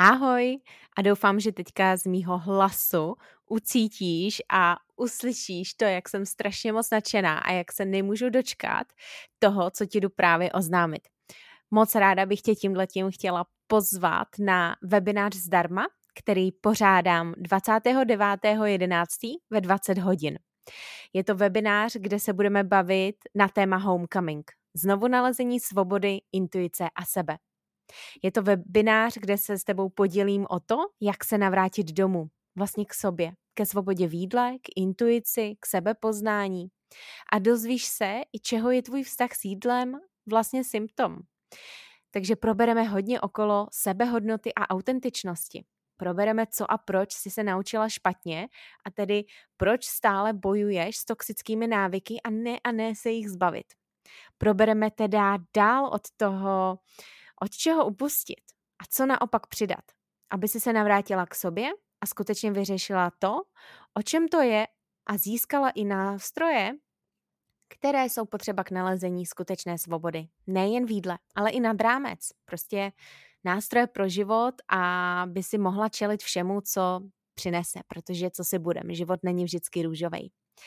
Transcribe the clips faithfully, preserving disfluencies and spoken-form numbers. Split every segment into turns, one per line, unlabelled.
Ahoj a doufám, že teďka z mýho hlasu ucítíš a uslyšíš to, jak jsem strašně moc nadšená a jak se nemůžu dočkat toho, co ti jdu právě oznámit. Moc ráda bych tě tímhletím chtěla pozvat na webinář zdarma, který pořádám dvacátého devátého jedenáctého ve dvacet hodin. Je to webinář, kde se budeme bavit na téma homecoming, znovu nalezení svobody, intuice a sebe. Je to webinář, kde se s tebou podělím o to, jak se navrátit domů, vlastně k sobě, ke svobodě v jídle, k intuici, k sebepoznání. A dozvíš se, i čeho je tvůj vztah s jídlem vlastně symptom. Takže probereme hodně okolo sebehodnoty a autentičnosti. Probereme, co a proč jsi se naučila špatně a tedy proč stále bojuješ s toxickými návyky a ne a ne se jich zbavit. Probereme teda dál od toho, od čeho upustit a co naopak přidat, aby si se navrátila k sobě a skutečně vyřešila to, o čem to je a získala i nástroje, které jsou potřeba k nalezení skutečné svobody. Nejen v jídle, ale i nad rámec. Prostě nástroje pro život, aby si mohla čelit všemu, co přinese, protože co si budem, život není vždycky růžovej.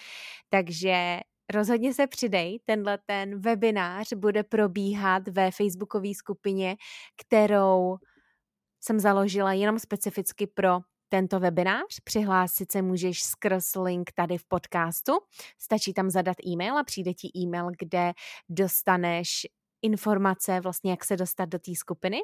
Takže rozhodně se přidej, tenhle ten webinář bude probíhat ve facebookové skupině, kterou jsem založila jenom specificky pro tento webinář. Přihlásit se můžeš skrz link tady v podcastu. Stačí tam zadat e-mail a přijde ti e-mail, kde dostaneš informace, vlastně jak se dostat do té skupiny.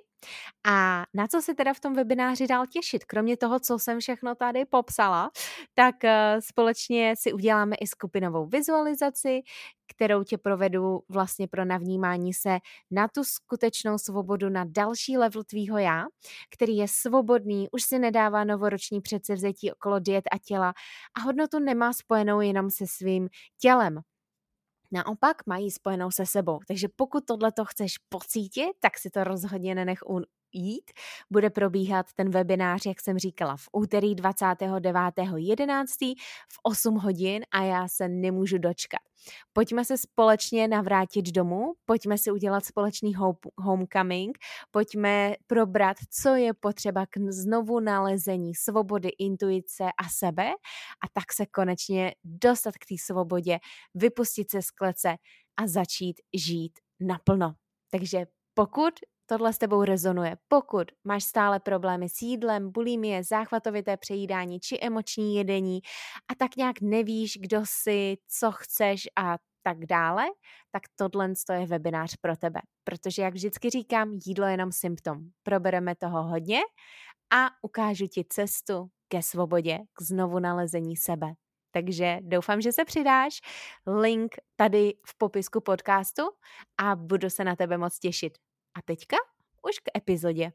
A na co se teda v tom webináři dál těšit? Kromě toho, co jsem všechno tady popsala, tak uh, společně si uděláme i skupinovou vizualizaci, kterou tě provedu vlastně pro navnímání se na tu skutečnou svobodu, na další level tvýho já, který je svobodný, už si nedává novoroční předsevzetí okolo diet a těla a hodnotu nemá spojenou jenom se svým tělem. Naopak mají spojenou se sebou. Takže pokud tohleto chceš pocítit, tak si to rozhodně nenech jít. Bude probíhat ten webinář, jak jsem říkala, v úterý dvacátého devátého jedenáctého v osm hodin a já se nemůžu dočkat. Pojďme se společně navrátit domů, pojďme si udělat společný homecoming, pojďme probrat, co je potřeba k znovu nalezení svobody, intuice a sebe a tak se konečně dostat k té svobodě, vypustit se z klece a začít žít naplno. Takže pokud tohle s tebou rezonuje, pokud máš stále problémy s jídlem, bulimie, záchvatovité přejídání či emoční jedení a tak nějak nevíš, kdo jsi, co chceš a tak dále, tak tohle je webinář pro tebe. Protože, jak vždycky říkám, jídlo je jenom symptom. Probereme toho hodně a ukážu ti cestu ke svobodě, k znovu nalezení sebe. Takže doufám, že se přidáš. Link tady v popisku podcastu a budu se na tebe moc těšit. A teďka už k epizodě.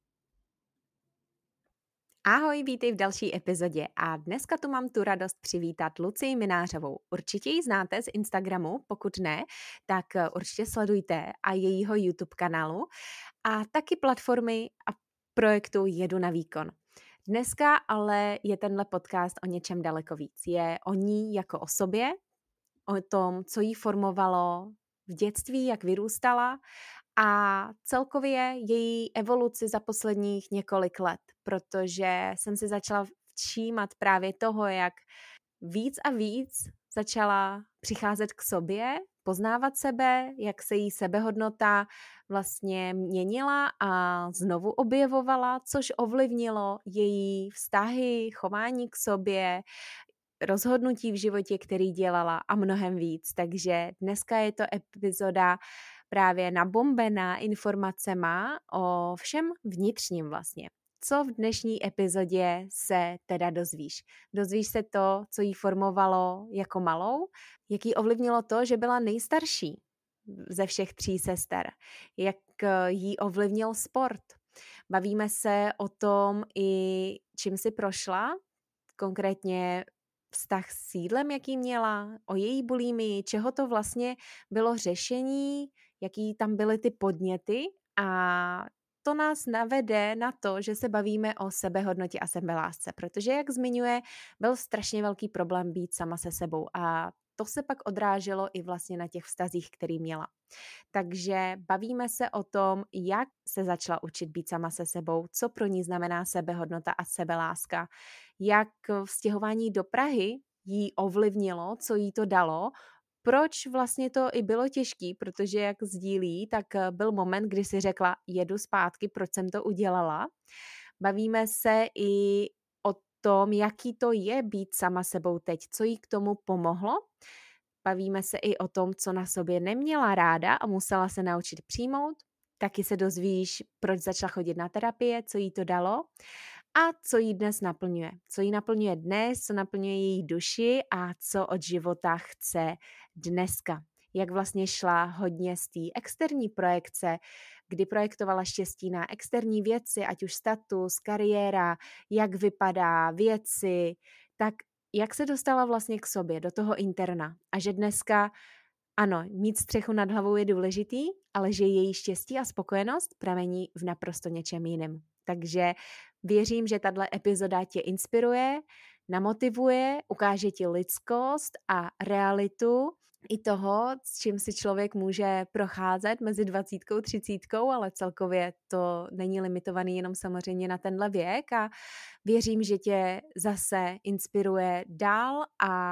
Ahoj, vítej v další epizodě a dneska tu mám tu radost přivítat Lucii Minářovou. Určitě ji znáte z Instagramu, pokud ne, tak určitě sledujte a jejího YouTube kanálu a taky platformy a projektu Jedu na výkon. Dneska ale je tenhle podcast o něčem daleko víc. Je o ní jako o sobě, o tom, co jí formovalo v dětství, jak vyrůstala a celkově její evoluci za posledních několik let, protože jsem si začala všímat právě toho, jak víc a víc začala přicházet k sobě, poznávat sebe, jak se jí sebehodnota vlastně měnila a znovu objevovala, což ovlivnilo její vztahy, chování k sobě, rozhodnutí v životě, který dělala a mnohem víc. Takže dneska je to epizoda právě nabombená informacema o všem vnitřním vlastně. Co v dnešní epizodě se teda dozvíš? Dozvíš se to, co jí formovalo jako malou, jak jí ovlivnilo to, že byla nejstarší ze všech tří sester, jak jí ovlivnil sport. Bavíme se o tom i čím si prošla, konkrétně vztah s jídlem, jaký měla, o její bulimii, čeho to vlastně bylo řešení, jaký tam byly ty podněty a to nás navede na to, že se bavíme o sebehodnotě a sebelásce, protože, jak zmiňuje, byl strašně velký problém být sama se sebou a to se pak odráželo i vlastně na těch vztazích, který měla. Takže bavíme se o tom, jak se začala učit být sama se sebou, co pro ní znamená sebehodnota a sebeláska, jak vztěhování do Prahy jí ovlivnilo, co jí to dalo, proč vlastně to i bylo těžký, protože jak sdílí, tak byl moment, kdy si řekla, jedu zpátky, proč jsem to udělala. Bavíme se i o tom, jaký to je být sama sebou teď, co jí k tomu pomohlo. Bavíme se i o tom, co na sobě neměla ráda a musela se naučit přijmout. Taky se dozvíš, proč začala chodit na terapie, co jí to dalo a co jí dnes naplňuje. Co jí naplňuje dnes, co naplňuje její duši a co od života chce dneska. Jak vlastně šla hodně z té externí projekce, kdy projektovala štěstí na externí věci, ať už status, kariéra, jak vypadá věci, tak jak se dostala vlastně k sobě, do toho interna. A že dneska, ano, mít střechu nad hlavou je důležitý, ale že její štěstí a spokojenost pramení v naprosto něčem jiném. Takže věřím, že tato epizoda tě inspiruje, namotivuje, ukáže ti lidskost a realitu i toho, s čím si člověk může procházet mezi dvacítkou, třicítkou, ale celkově to není limitovaný jenom samozřejmě na tenhle věk a věřím, že tě zase inspiruje dál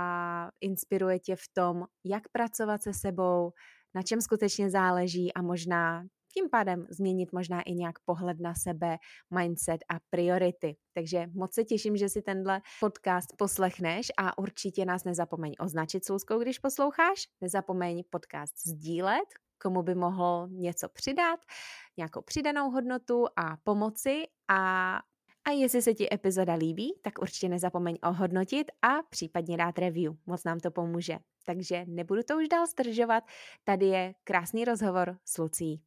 a inspiruje tě v tom, jak pracovat se sebou, na čem skutečně záleží a možná tím pádem změnit možná i nějak pohled na sebe, mindset a priority. Takže moc se těším, že si tenhle podcast poslechneš a určitě nás nezapomeň označit s Luzkou, když posloucháš. Nezapomeň podcast sdílet, komu by mohl něco přidat, nějakou přidanou hodnotu a pomoci a A jestli se ti epizoda líbí, tak určitě nezapomeň ohodnotit a případně dát review. Moc nám to pomůže. Takže nebudu to už dál zdržovat. Tady je krásný rozhovor s Lucí.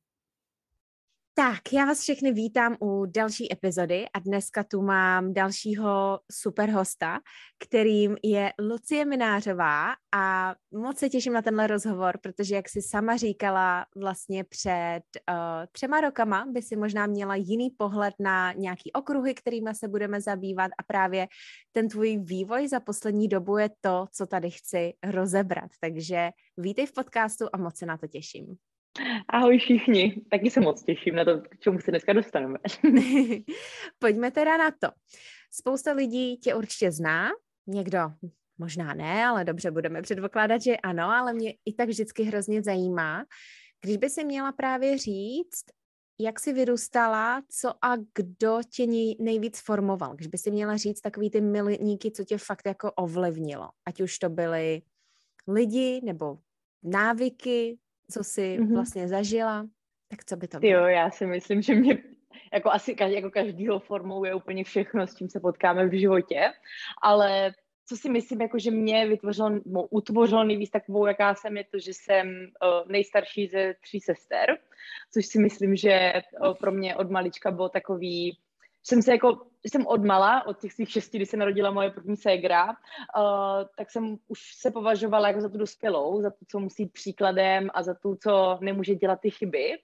Tak, já vás všechny vítám u další epizody a dneska tu mám dalšího super hosta, kterým je Lucie Minářová a moc se těším na tenhle rozhovor, protože jak jsi sama říkala vlastně před uh, třema rokama, by si možná měla jiný pohled na nějaký okruhy, kterými se budeme zabývat a právě ten tvůj vývoj za poslední dobu je to, co tady chci rozebrat. Takže vítej v podcastu a moc se na to těším.
Ahoj všichni, taky se moc těším na to, k čemu se dneska dostaneme.
Pojďme teda na to. Spousta lidí tě určitě zná, někdo možná ne, ale dobře, budeme předpokládat, že ano, ale mě i tak vždycky hrozně zajímá, když by si měla právě říct, jak jsi vyrůstala, co a kdo tě nejvíc formoval, když by si měla říct takový ty milníky, co tě fakt jako ovlivnilo, ať už to byly lidi nebo návyky, co jsi mm-hmm. vlastně zažila, tak co by to bylo?
Jo, já si myslím, že mě jako asi jako každýho formou je úplně všechno, s čím se potkáme v životě, ale co si myslím, jako že mě vytvořilo, utvořilo nejvíc takovou, jaká jsem, je to, že jsem uh, nejstarší ze tří sester, což si myslím, že uh, pro mě od malička bylo takový, jsem se jako, jsem odmala, od těch svých šesti, kdy se narodila moje první ségra, uh, tak jsem už se považovala jako za tu dospělou, za tu, co musí být příkladem a za tu, co nemůže dělat ty chyby.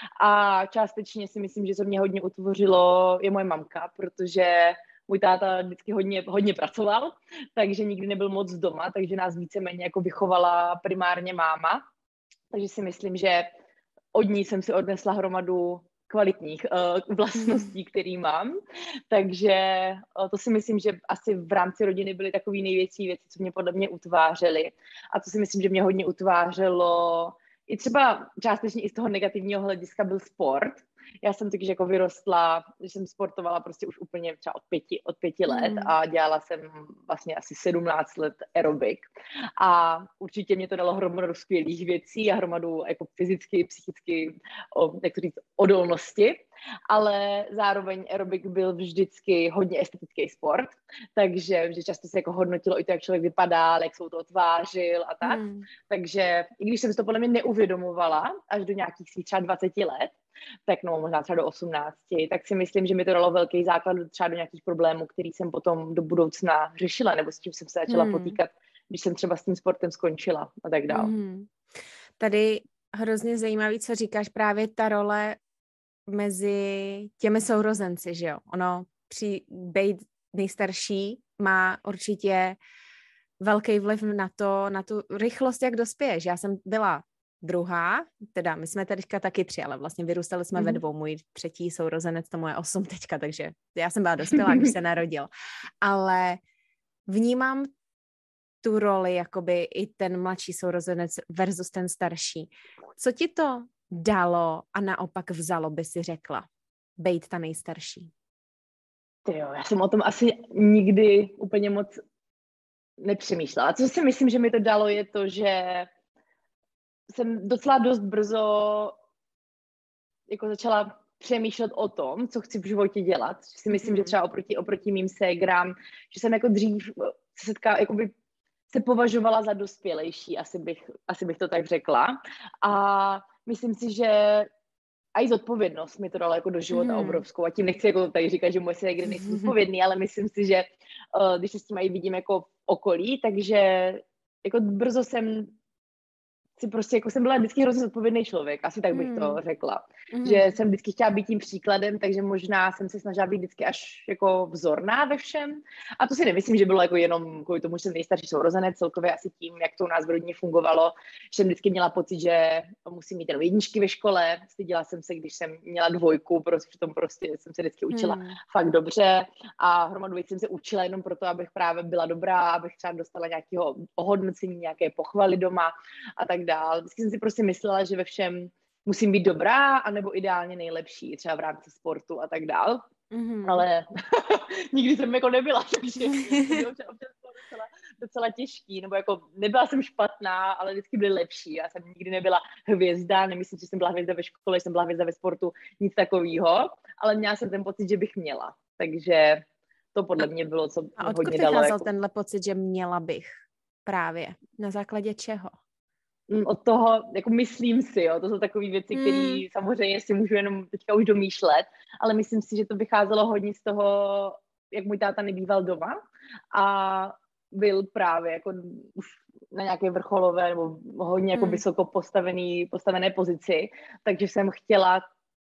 A částečně si myslím, že co mě hodně utvořilo, je moje mamka, protože můj táta vždycky hodně, hodně pracoval, takže nikdy nebyl moc doma, takže nás víceméně jako vychovala primárně máma. Takže si myslím, že od ní jsem si odnesla hromadu kvalitních uh, vlastností, který mám. Takže uh, to si myslím, že asi v rámci rodiny byly takové největší věci, co mě podle mě utvářely. A to si myslím, že mě hodně utvářelo i třeba částečně i z toho negativního hlediska byl sport. Já jsem taky jako vyrostla, že jsem sportovala prostě už úplně třeba od pěti, od pěti let mm. a dělala jsem vlastně asi sedmnáct let aerobik. A určitě mě to dalo hromadu skvělých věcí a hromadu jako fyzicky, psychicky, o, jak to říct, odolnosti. Ale zároveň aerobik byl vždycky hodně estetický sport, takže vždy často se jako hodnotilo i to, jak člověk vypadá, jak se to tvářil a tak. Mm. Takže i když jsem si to podle mě neuvědomovala až do nějakých svých třeba dvaceti let, tak no možná třeba do osmnácti, tak si myslím, že mi to dalo velký základ třeba do nějakých problémů, který jsem potom do budoucna řešila, nebo s tím jsem se začala hmm. potýkat, když jsem třeba s tím sportem skončila a tak dále. Hmm.
Tady hrozně zajímavý, co říkáš, právě ta role mezi těmi sourozenci, že jo? Ono při být nejstarší má určitě velký vliv na to, na tu rychlost, jak dospěješ. Já jsem byla druhá, teda my jsme teďka taky tři, ale vlastně vyrůstali jsme mm-hmm. ve dvou, můj třetí sourozenec, tomu je osm teďka, takže já jsem byla dospělá, když se narodil. Ale vnímám tu roli, jakoby i ten mladší sourozenec versus ten starší. Co ti to dalo a naopak vzalo, by si řekla, bejt ta nejstarší?
Tyjo, já jsem o tom asi nikdy úplně moc nepřemýšlela. Co si myslím, že mi to dalo, je to, že jsem docela dost brzo jako začala přemýšlet o tom, co chci v životě dělat. Že si myslím, mm. že třeba oproti, oproti mým ségrám, že jsem jako dřív se setká, jakoby se považovala za dospělejší, asi bych, asi bych to tak řekla. A myslím si, že a i zodpovědnost mi to dalo jako do života mm. obrovskou. A tím nechci jako tady říkat, že moje ségry nejsou zodpovědný, ale myslím si, že uh, když se s tím i vidím jako v okolí, takže jako brzo jsem si prostě, jako jsem byla vždycky hrozně zodpovědný člověk, asi tak bych mm. to řekla. Mm. Že jsem vždycky chtěla být tím příkladem, takže možná jsem se snažila být vždycky až jako vzorná ve všem. A to si nemyslím, že bylo jako jenom kvůli tomu, že jsem nejstarší sourozenec, celkově asi tím, jak to u nás v rodině fungovalo, že jsem vždycky měla pocit, že musím mít jenom jedničky ve škole. Styděla jsem se, když jsem měla dvojku, protože přitom prostě jsem se vždycky učila mm. fakt dobře a hromadu věcí jsem se učila jenom proto, abych právě byla dobrá, abych třeba dostala nějakého ohodnocení, nějaké pochvaly doma a tak dál. Vždycky jsem si prostě myslela, že ve všem musím být dobrá, anebo ideálně nejlepší, třeba v rámci sportu a tak dál. Mm-hmm. Ale nikdy jsem jako nebyla, takže občas bylo docela, docela těžký, nebo jako nebyla jsem špatná, ale vždycky byly lepší. Já jsem nikdy nebyla hvězda, nemyslím, že jsem byla hvězda ve škole, že jsem byla hvězda ve sportu, nic takového, ale měla jsem ten pocit, že bych měla. Takže to podle mě bylo, co
a odkud
hodně dalo.
A odkud vycházel
jako...
tenhle pocit, že měla bych právě? Na základě čeho?
Od toho, jako myslím si, jo, to jsou takové věci, které mm. samozřejmě si můžu jenom teďka už domýšlet, ale myslím si, že to vycházelo hodně z toho, jak můj táta nebýval doma a byl právě jako už na nějaké vrcholové nebo hodně jako mm. vysoko postavený, postavené pozici, takže jsem chtěla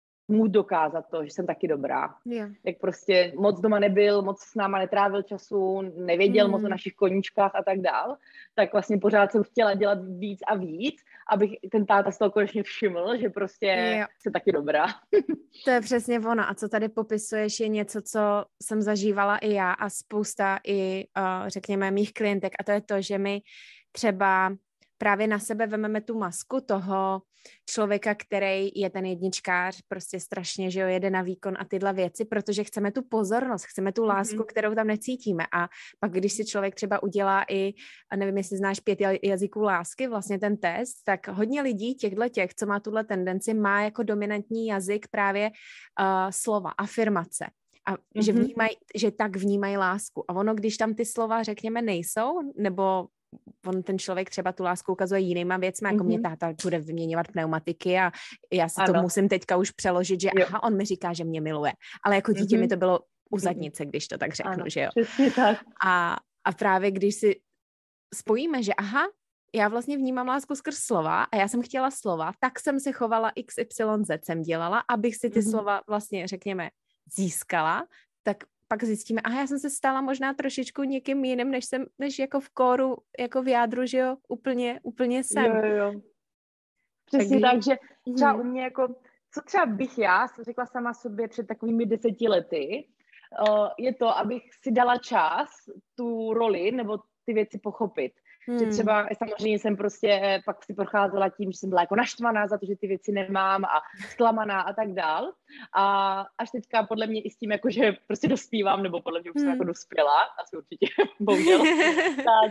mu dokázat to, že jsem taky dobrá. Yeah. Jak prostě moc doma nebyl, moc s náma netrávil času, nevěděl mm. moc o našich koníčkách a tak dál, tak vlastně pořád jsem chtěla dělat víc a víc, abych ten táta z toho konečně všiml, že prostě yeah. jsem taky dobrá.
To je přesně ono. A co tady popisuješ, je něco, co jsem zažívala i já a spousta i, uh, řekněme, mých klientek, a to je to, že my třeba právě na sebe vememe tu masku toho člověka, který je ten jedničkář, prostě strašně, že jo, jede na výkon a tyhle věci, protože chceme tu pozornost, chceme tu lásku, mm-hmm. kterou tam necítíme. A pak, když si člověk třeba udělá i, nevím, jestli znáš pět jazyků lásky, vlastně ten test, tak hodně lidí, těchto těch, co má tuhle tendenci, má jako dominantní jazyk právě uh, slova, afirmace. A mm-hmm. že vnímaj, že tak vnímají lásku. A ono, když tam ty slova, řekněme, nejsou, nebo on ten člověk třeba tu lásku ukazuje jinýma věcmi, jako mm-hmm. mě táta bude vyměňovat pneumatiky a já si ano. to musím teďka už přeložit, že jo. aha, on mi říká, že mě miluje. Ale jako dítě mm-hmm. mi to bylo u zadnice, když to tak řeknu, ano, že jo.
Tak.
A, a právě když si spojíme, že aha, já vlastně vnímám lásku skrz slova a já jsem chtěla slova, tak jsem se chovala iks ypsilon zet jsem dělala, abych si ty mm-hmm. slova vlastně, řekněme, získala, tak pak zjistíme, aha, já jsem se stala možná trošičku někým jiným, než jsem, než jako v kóru, jako v jádru, že jo, úplně, úplně jsem.
Jo, jo. Přesně tak, že třeba u mě jako, co třeba bych já řekla sama sobě před takovými deseti lety, uh, je to, abych si dala čas tu roli nebo ty věci pochopit. Hmm. Že třeba samozřejmě jsem prostě pak si procházela tím, že jsem byla jako naštvaná za to, že ty věci nemám a zklamaná a tak dál. A až teďka podle mě i s tím, jako, že prostě dospívám, nebo podle mě už hmm. jsem jako dospěla, asi určitě, bohužel, tak,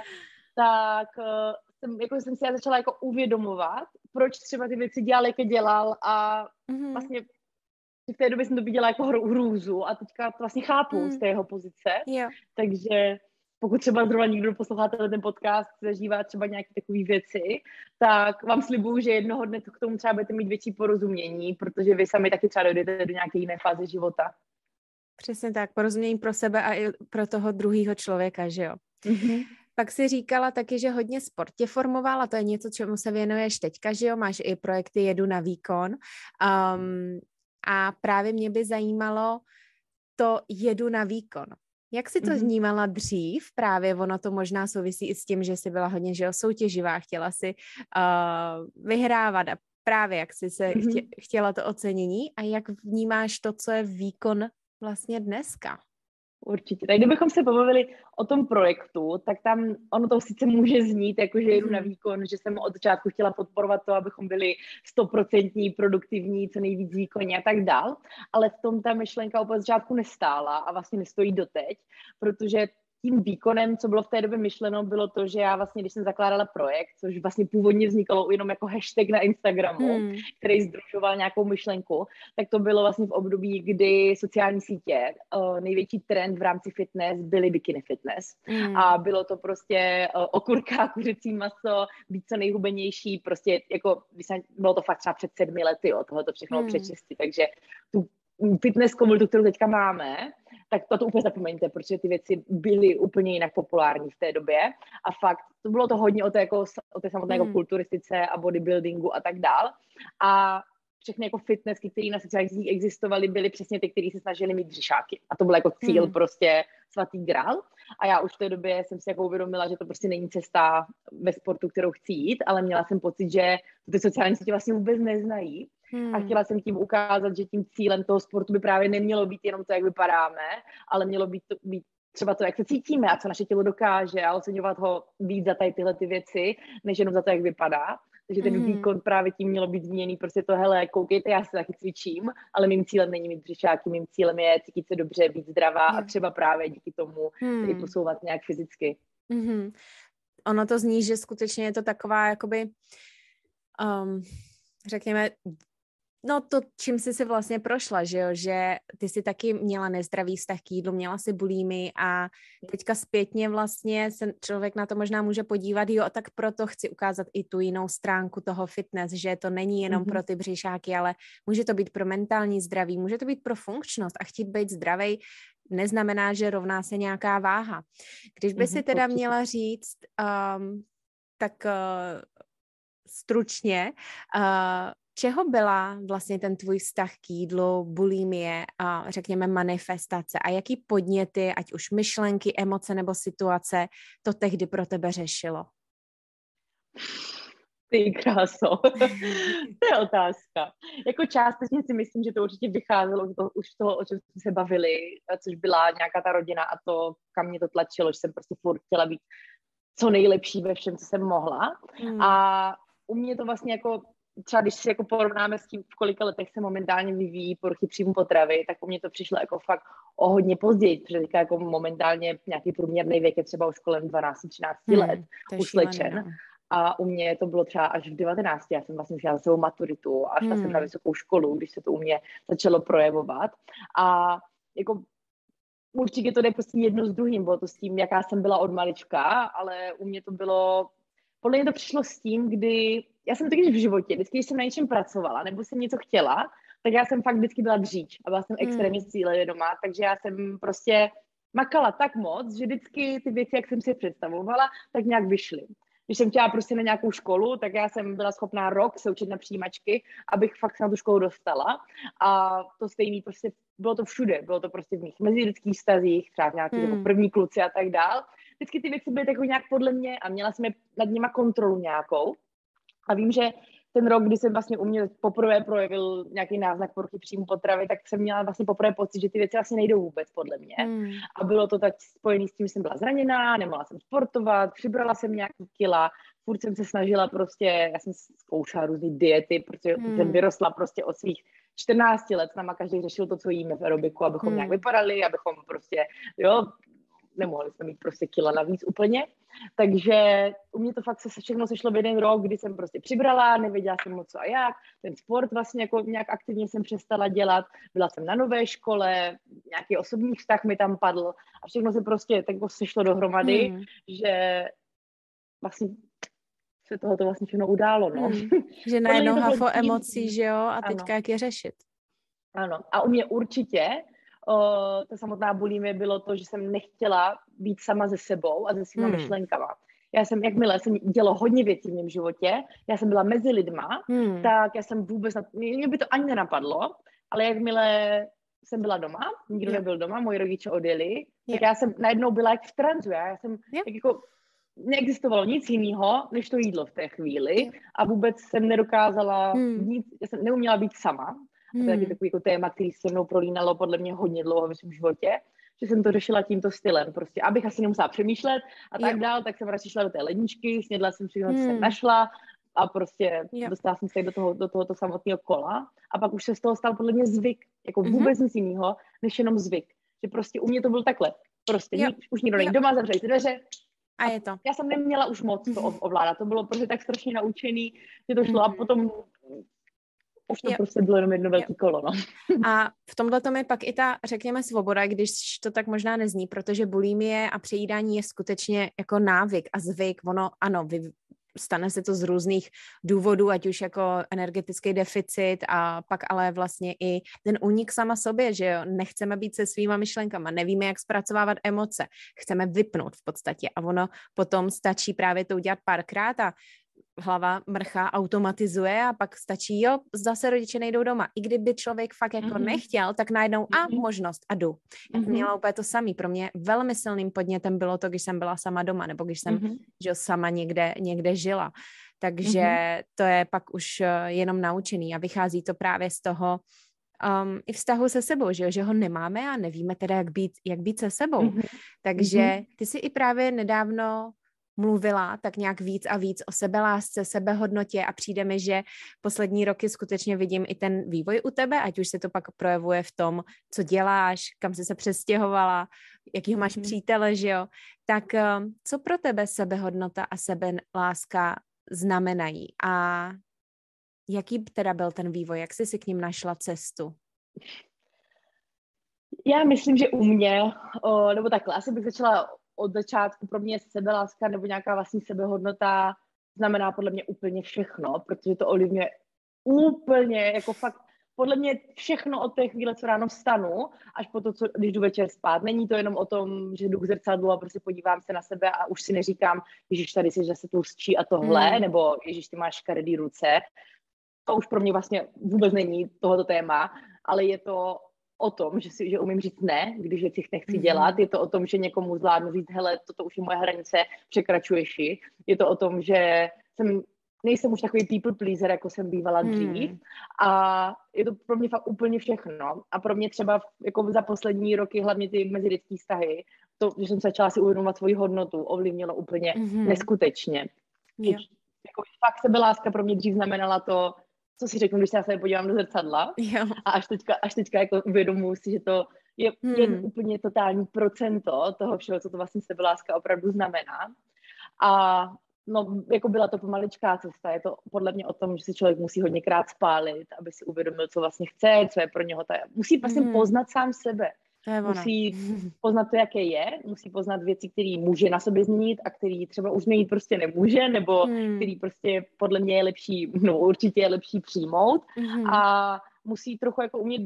tak uh, jsem, jako jsem si já začala jako uvědomovat, proč třeba ty věci dělal, jak je dělal a hmm. vlastně v té době jsem to viděla jako hrůzu a teďka to vlastně chápu hmm. z té jeho pozice. Yeah. Takže pokud třeba zrovna někdo posloucháte ten podcast, zažívá třeba nějaké takové věci, tak vám slibuju, že jednoho dne k tomu třeba budete mít větší porozumění, protože vy sami taky třeba dojdete do nějaké jiné fáze života.
Přesně tak, porozumění pro sebe a i pro toho druhého člověka, že jo. Mm-hmm. Pak si říkala taky, že hodně sport tě formoval a to je něco, čemu se věnuješ teďka, že jo, máš i projekty Jedu na výkon. Um, a právě mě by zajímalo to Jedu na výkon. Jak jsi to
Mhm.
vnímala dřív? Právě ono to možná souvisí i s tím, že jsi byla hodně, že jo, soutěživá, chtěla si uh, vyhrávat a právě jak jsi se chtě,
Mhm.
chtěla to ocenění a jak vnímáš to, co je výkon vlastně dneska?
Určitě. Tak kdybychom se pobavili o tom projektu, tak tam ono to sice může znít, jako že jdu na výkon, že jsem od začátku chtěla podporovat to, abychom byli stoprocentní, produktivní, co nejvíc výkonní a tak dál, ale v tom ta myšlenka od začátku nestála a vlastně nestojí doteď, protože tím výkonem, co bylo v té době myšleno, bylo to, že já vlastně, když jsem zakládala projekt, což vlastně původně vznikalo jenom jako hashtag na Instagramu,
Hmm.
který združoval nějakou myšlenku, tak to bylo vlastně v období, kdy sociální sítě, uh, největší trend v rámci fitness byly bikini fitness.
Hmm.
A bylo to prostě uh, okurka, kuřecí maso, být co nejhubenější, prostě jako, když jsem, bylo to fakt třeba před sedmi lety, jo, tohle to všechno
Hmm.
před šesti, takže tu fitness komunitu, kterou teďka máme, tak to, to úplně zapomeňte, protože ty věci byly úplně jinak populární v té době a fakt, to bylo to hodně o té, jako, o té samotné
Hmm.
jako kulturistice a bodybuildingu a tak dál a všechny jako fitnessky, které na sociálních sítích existovaly, byly přesně ty, které se snažili mít břišáky a to byl jako cíl
Hmm.
prostě svatý grál a já už v té době jsem si jako uvědomila, že to prostě není cesta ve sportu, kterou chci jít, ale měla jsem pocit, že ty sociální sítě vlastně vůbec neznají. Hmm. A chtěla jsem tím ukázat, že tím cílem toho sportu by právě nemělo být jenom to, jak vypadáme, ale mělo být, to, být třeba to, jak se cítíme a co naše tělo dokáže a oceňovat ho víc za tady tyhle ty věci, než jenom za to, jak vypadá. Takže ten
Hmm.
výkon právě tím mělo být změněný, prostě to, hele, koukejte, já se taky cvičím, ale mým cílem není mít břišáky, mým cílem je cítit se dobře, být zdravá a třeba právě díky tomu
hmm.
i posouvat nějak fyzicky.
Hmm. Ono to zní, že skutečně je to taková, jakoby, um, řekněme, no to, čím jsi si vlastně prošla, že jo, že ty jsi taky měla nezdravý vztah k jídlu, měla si bulími a teďka zpětně vlastně se člověk na to možná může podívat, jo, tak proto chci ukázat i tu jinou stránku toho fitness, že to není jenom mm-hmm. pro ty břišáky, ale může to být pro mentální zdraví, může to být pro funkčnost a chtít být zdravej neznamená, že rovná se nějaká váha. Když by mm-hmm, si teda určitě měla říct, um, tak uh, stručně, uh, čeho byla vlastně ten tvůj vztah k jídlu, bulimie a řekněme manifestace a jaký podněty, ať už myšlenky, emoce nebo situace, to tehdy pro tebe řešilo?
Ty kráso, to je otázka. Jako částečně si myslím, že to určitě vycházelo to, už z toho, o čem jsme se bavili, což byla nějaká ta rodina a to, kam mě to tlačilo, že jsem prostě furt chtěla být co nejlepší ve všem, co jsem mohla. Hmm. A u mě to vlastně jako třeba když si jako porovnáme s tím, v kolika letech se momentálně vyvíjí poruchy příjmu potravy, tak u mě to přišlo jako fakt o hodně později, protože teďka jako momentálně nějaký průměrný věk je třeba už kolem dvanáct třináct hmm, let už slečen. A u mě to bylo třeba až v devatenácti. Já jsem vlastně udělala svou maturitu a šla hmm. jsem na vysokou školu, když se to u mě začalo projevovat. A jako určitě to jde prostě jedno s druhým, bylo to s tím, jaká jsem byla od malička, ale u mě to bylo, podle mě to přišlo s tím, kdy, já jsem taky v životě, vždycky, když jsem na něčem pracovala, nebo jsem něco chtěla, tak já jsem fakt vždycky byla dříč a byla jsem extrémně hmm. cílevědomá, takže já jsem prostě makala tak moc, že vždycky ty věci, jak jsem si představovala, tak nějak vyšly. Když jsem chtěla prostě na nějakou školu, tak já jsem byla schopná rok se učit na přijímačky, abych fakt se na tu školu dostala. A to stejný prostě, bylo to všude, bylo to prostě v mých mezilidských vztazích, třeba v nějakých hmm. jako první kluci a tak dál. Vždycky ty věci byly takové nějak podle mě a měla jsem je nad nima kontrolu nějakou. A vím, že ten rok, kdy jsem vlastně u mě poprvé projevil nějaký náznak poruchy příjmu potravy, tak jsem měla vlastně poprvé pocit, že ty věci vlastně nejdou vůbec podle mě. Hmm. A bylo to tak spojené s tím, že jsem byla zraněná, nemohla jsem sportovat, přibrala jsem nějaký kila, furt jsem se snažila prostě, já jsem zkoušela různé diety, protože hmm. jsem vyrostla prostě od svých čtrnácti let, s náma každý řešil to, co jíme v aerobiku, abychom hmm. nějak vypadali, abychom prostě, jo, nemohli jsme mít prostě kila navíc úplně. Takže u mě to fakt se všechno sešlo v jeden rok, kdy jsem prostě přibrala, nevěděla jsem moc co a jak. Ten sport vlastně jako nějak aktivně jsem přestala dělat. Byla jsem na nové škole, nějaký osobní vztah mi tam padl a všechno se prostě tak sešlo dohromady, hmm. že vlastně se tohoto vlastně všechno událo, no.
Hmm. Že najednou hafo emocí, že jo, a teďka jak je řešit.
Ano, a u mě určitě O, ta samotná bulimie bylo to, že jsem nechtěla být sama se sebou a se svýma hmm. myšlenkama. Já jsem, jakmile jsem dělala hodně věcí v mém životě, já jsem byla mezi lidma, hmm. tak já jsem vůbec, mě by to ani nenapadlo, ale jakmile jsem byla doma, nikdo
jo.
nebyl doma, moji rodiče odjeli,
jo.
tak já jsem najednou byla jak v tranzu, já, já jsem jak jako, neexistovalo nic jiného, než to jídlo v té chvíli jo. a vůbec jsem nedokázala hmm. nic, já jsem neuměla být sama. A to je taky takový jako téma, který se mnou prolínalo podle mě hodně dlouho ve svém životě, že jsem to řešila tímto stylem, prostě, abych asi nemusela přemýšlet a tak jo. dál, tak jsem radši šla do té ledničky, snědla jsem všechno, co hmm. jsem našla a prostě jo. dostala jsem se do, toho, do tohoto samotného kola a pak už se z toho stal podle mě zvyk, jako vůbec mm-hmm. nic jiného, než jenom zvyk, že prostě u mě to byl takhle, prostě nic, už nikdo není doma, zavřeli ty dveře.
A je to.
Já jsem neměla už moc to ovládat, to bylo prostě tak strašně naučený, že to šlo mm-hmm. a potom už to jo. prostě bylo jenom jedno velké kolo, no.
A v tomhle tom je pak i ta, řekněme, svoboda, když to tak možná nezní, protože bulimie a přejídání je skutečně jako návyk a zvyk. Ono, ano, vy, stane se to z různých důvodů, ať už jako energetický deficit a pak ale vlastně i ten únik sama sobě, že jo, nechceme být se svýma myšlenkama, nevíme, jak zpracovávat emoce, chceme vypnout v podstatě a ono potom stačí právě to udělat párkrát a hlava mrcha automatizuje a pak stačí, jo, zase rodiče nejdou doma. I kdyby člověk fakt jako mm-hmm. nechtěl, tak najednou mm-hmm. a možnost a jdu. Já jsem měla úplně to samý. Pro mě velmi silným podnětem bylo to, když jsem byla sama doma, nebo když jsem mm-hmm. že sama někde, někde žila. Takže mm-hmm. to je pak už jenom naučený a vychází to právě z toho um, i vztahu se sebou, že, jo? Že ho nemáme a nevíme teda, jak být, jak být se sebou. Mm-hmm. Takže ty jsi i právě nedávno mluvila tak nějak víc a víc o sebelásce, sebehodnotě a přijde mi, že poslední roky skutečně vidím i ten vývoj u tebe, ať už se to pak projevuje v tom, co děláš, kam jsi se přestěhovala, jakýho máš mm. přítele, že jo. Tak co pro tebe sebehodnota a sebeláska znamenají a jaký teda byl ten vývoj, jak jsi si k ním našla cestu?
Já myslím, že u mě, o, nebo takhle, asi bych začala od začátku. Pro mě sebeláska nebo nějaká vlastní sebehodnota znamená podle mě úplně všechno, protože to ovlivňuje úplně, jako fakt, podle mě všechno od té chvíle, co ráno vstanu, až po to, co, když jdu večer spát. Není to jenom o tom, že jdu k zrcadlu a prostě podívám se na sebe a už si neříkám, ježiš, tady jsi zase tlustší a tohle, mm. nebo ježiš, ty máš škaredý ruce. To už pro mě vlastně vůbec není tohoto téma, ale je to o tom, že, si, že umím říct ne, když věci nechci mm-hmm. dělat. Je to o tom, že někomu zvládnu říct, hele, toto už je moje hranice, překračuješ ji. Je to o tom, že jsem, nejsem už takový people pleaser, jako jsem bývala dřív. Mm. A je to pro mě fakt úplně všechno. A pro mě třeba jako za poslední roky, hlavně ty mezilidský vztahy, to, že jsem začala si uvědomovat svoji hodnotu, ovlivnilo úplně mm-hmm. neskutečně. Yeah. Jako, fakt sebeláska pro mě dřív znamenala to, co si řeknu, když se na sebe podívám do zrcadla. Jo. A až teďka, až teďka jako uvědomuji si, že to je hmm. jen úplně totální procento toho všeho, co to vlastně sebeláska opravdu znamená. A no, jako byla to pomaličká cesta. Je to podle mě o tom, že si člověk musí hodněkrát spálit, aby si uvědomil, co vlastně chce, co je pro něho. Ta... Musí vlastně hmm. poznat sám sebe. Musí poznat to, jaké je, musí poznat věci, které může na sobě změnit a který třeba už změnit prostě nemůže, nebo hmm. který prostě podle mě je lepší, no určitě je lepší přijmout hmm. a musí trochu jako umět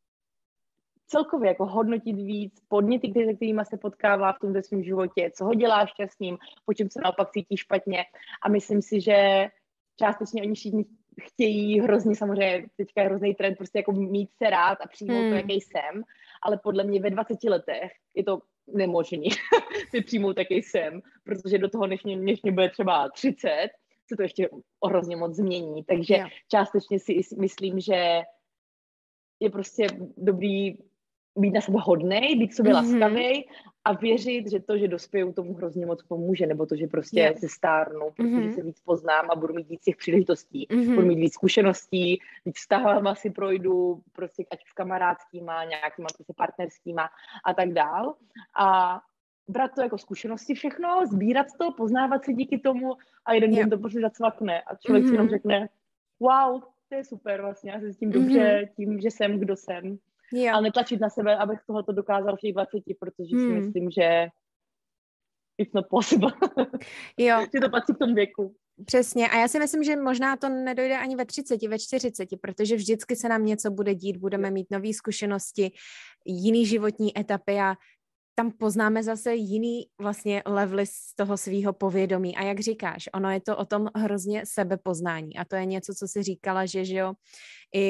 celkově jako hodnotit víc podněty, se kterými se potkává v tom svém životě, co ho dělá šťastným, po čem se naopak cítí špatně a myslím si, že částečně oni všichni chtějí hrozně, samozřejmě teďka je hrozný trend, prostě jako mít se rád a přijmout hmm. to, jaký jsem, ale podle mě ve dvaceti letech je to nemožný si přijmout, jaký jsem, protože do toho, než mě, než mě bude třeba třicet, se to ještě hrozně moc změní, takže yeah. částečně si myslím, že je prostě dobrý být na sebe hodnej, být sobě mm-hmm. laskavej a věřit, že to, že dospěju, tomu hrozně moc pomůže, nebo to, že prostě yeah. se stárnu, protože mm-hmm. se víc poznám a budu mít víc těch příležitostí, mm-hmm. budu mít víc zkušeností, víc vztahama si projdu, prostě ať s kamarádskýma, nějakýma prostě partnerskýma a tak dál. A brát to jako zkušenosti všechno, sbírat to, poznávat se díky tomu a jeden yeah. den to prostě zacvakne a člověk mm-hmm. si jenom řekne, wow, to je super vlastně, já se s tím dobře, mm-hmm. tím, že jsem, kdo jsem. Jo. Ale netlačit na sebe, abych tohoto dokázal v těch dvaceti, protože hmm. si myslím, že it's not possible. Jo. Že to patří k tomu věku.
Přesně. A já si myslím, že možná to nedojde ani ve třiceti, ve čtyřiceti, protože vždycky se nám něco bude dít, budeme mít nové zkušenosti, jiný životní etapy a tam poznáme zase jiný vlastně levely z toho svýho povědomí. A jak říkáš, ono je to o tom hrozně sebepoznání. A to je něco, co jsi říkala, že, že jo, i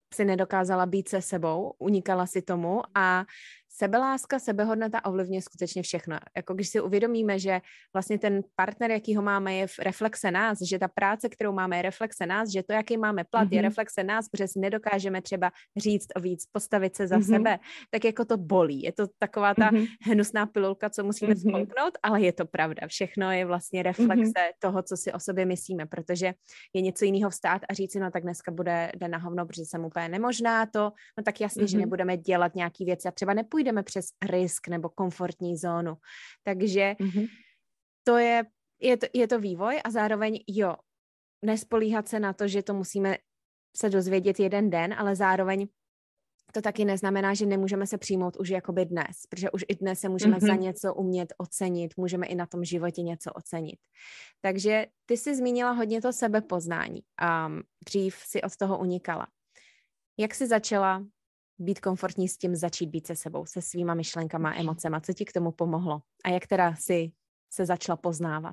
si nedokázala být se sebou, unikala si tomu a sebeláska, sebehodnota ovlivňuje skutečně všechno. Jako když si uvědomíme, že vlastně ten partner, jaký ho máme, je v reflexe nás, že ta práce, kterou máme, je reflexe nás, že to, jaký máme plat, mm-hmm. je reflexe nás, protože si nedokážeme třeba říct o víc, postavit se za mm-hmm. sebe, tak jako to bolí. Je to taková ta mm-hmm. hnusná pilulka, co musíme mm-hmm. spolknout, ale je to pravda. Všechno je vlastně reflexe mm-hmm. toho, co si o sobě myslíme, protože je něco jiného vstát a říct si, no tak dneska bude den na hovno, protože jsem úplně nemožná to, no tak jasně, mm-hmm. že nebudeme dělat nějaký věci a třeba nepůjdeme přes risk nebo komfortní zónu. Takže mm-hmm. to je, je, to, je to vývoj a zároveň jo, nespolíhat se na to, že to musíme se dozvědět jeden den, ale zároveň to taky neznamená, že nemůžeme se přijmout už jakoby dnes, protože už i dnes se můžeme mm-hmm. za něco umět ocenit, můžeme i na tom životě něco ocenit. Takže ty jsi zmínila hodně to sebepoznání a um, dřív si od toho unikala. Jak jsi začala být komfortní s tím, začít být se sebou, se svýma myšlenkama, emocema? Co ti k tomu pomohlo? A jak teda si se začala poznávat?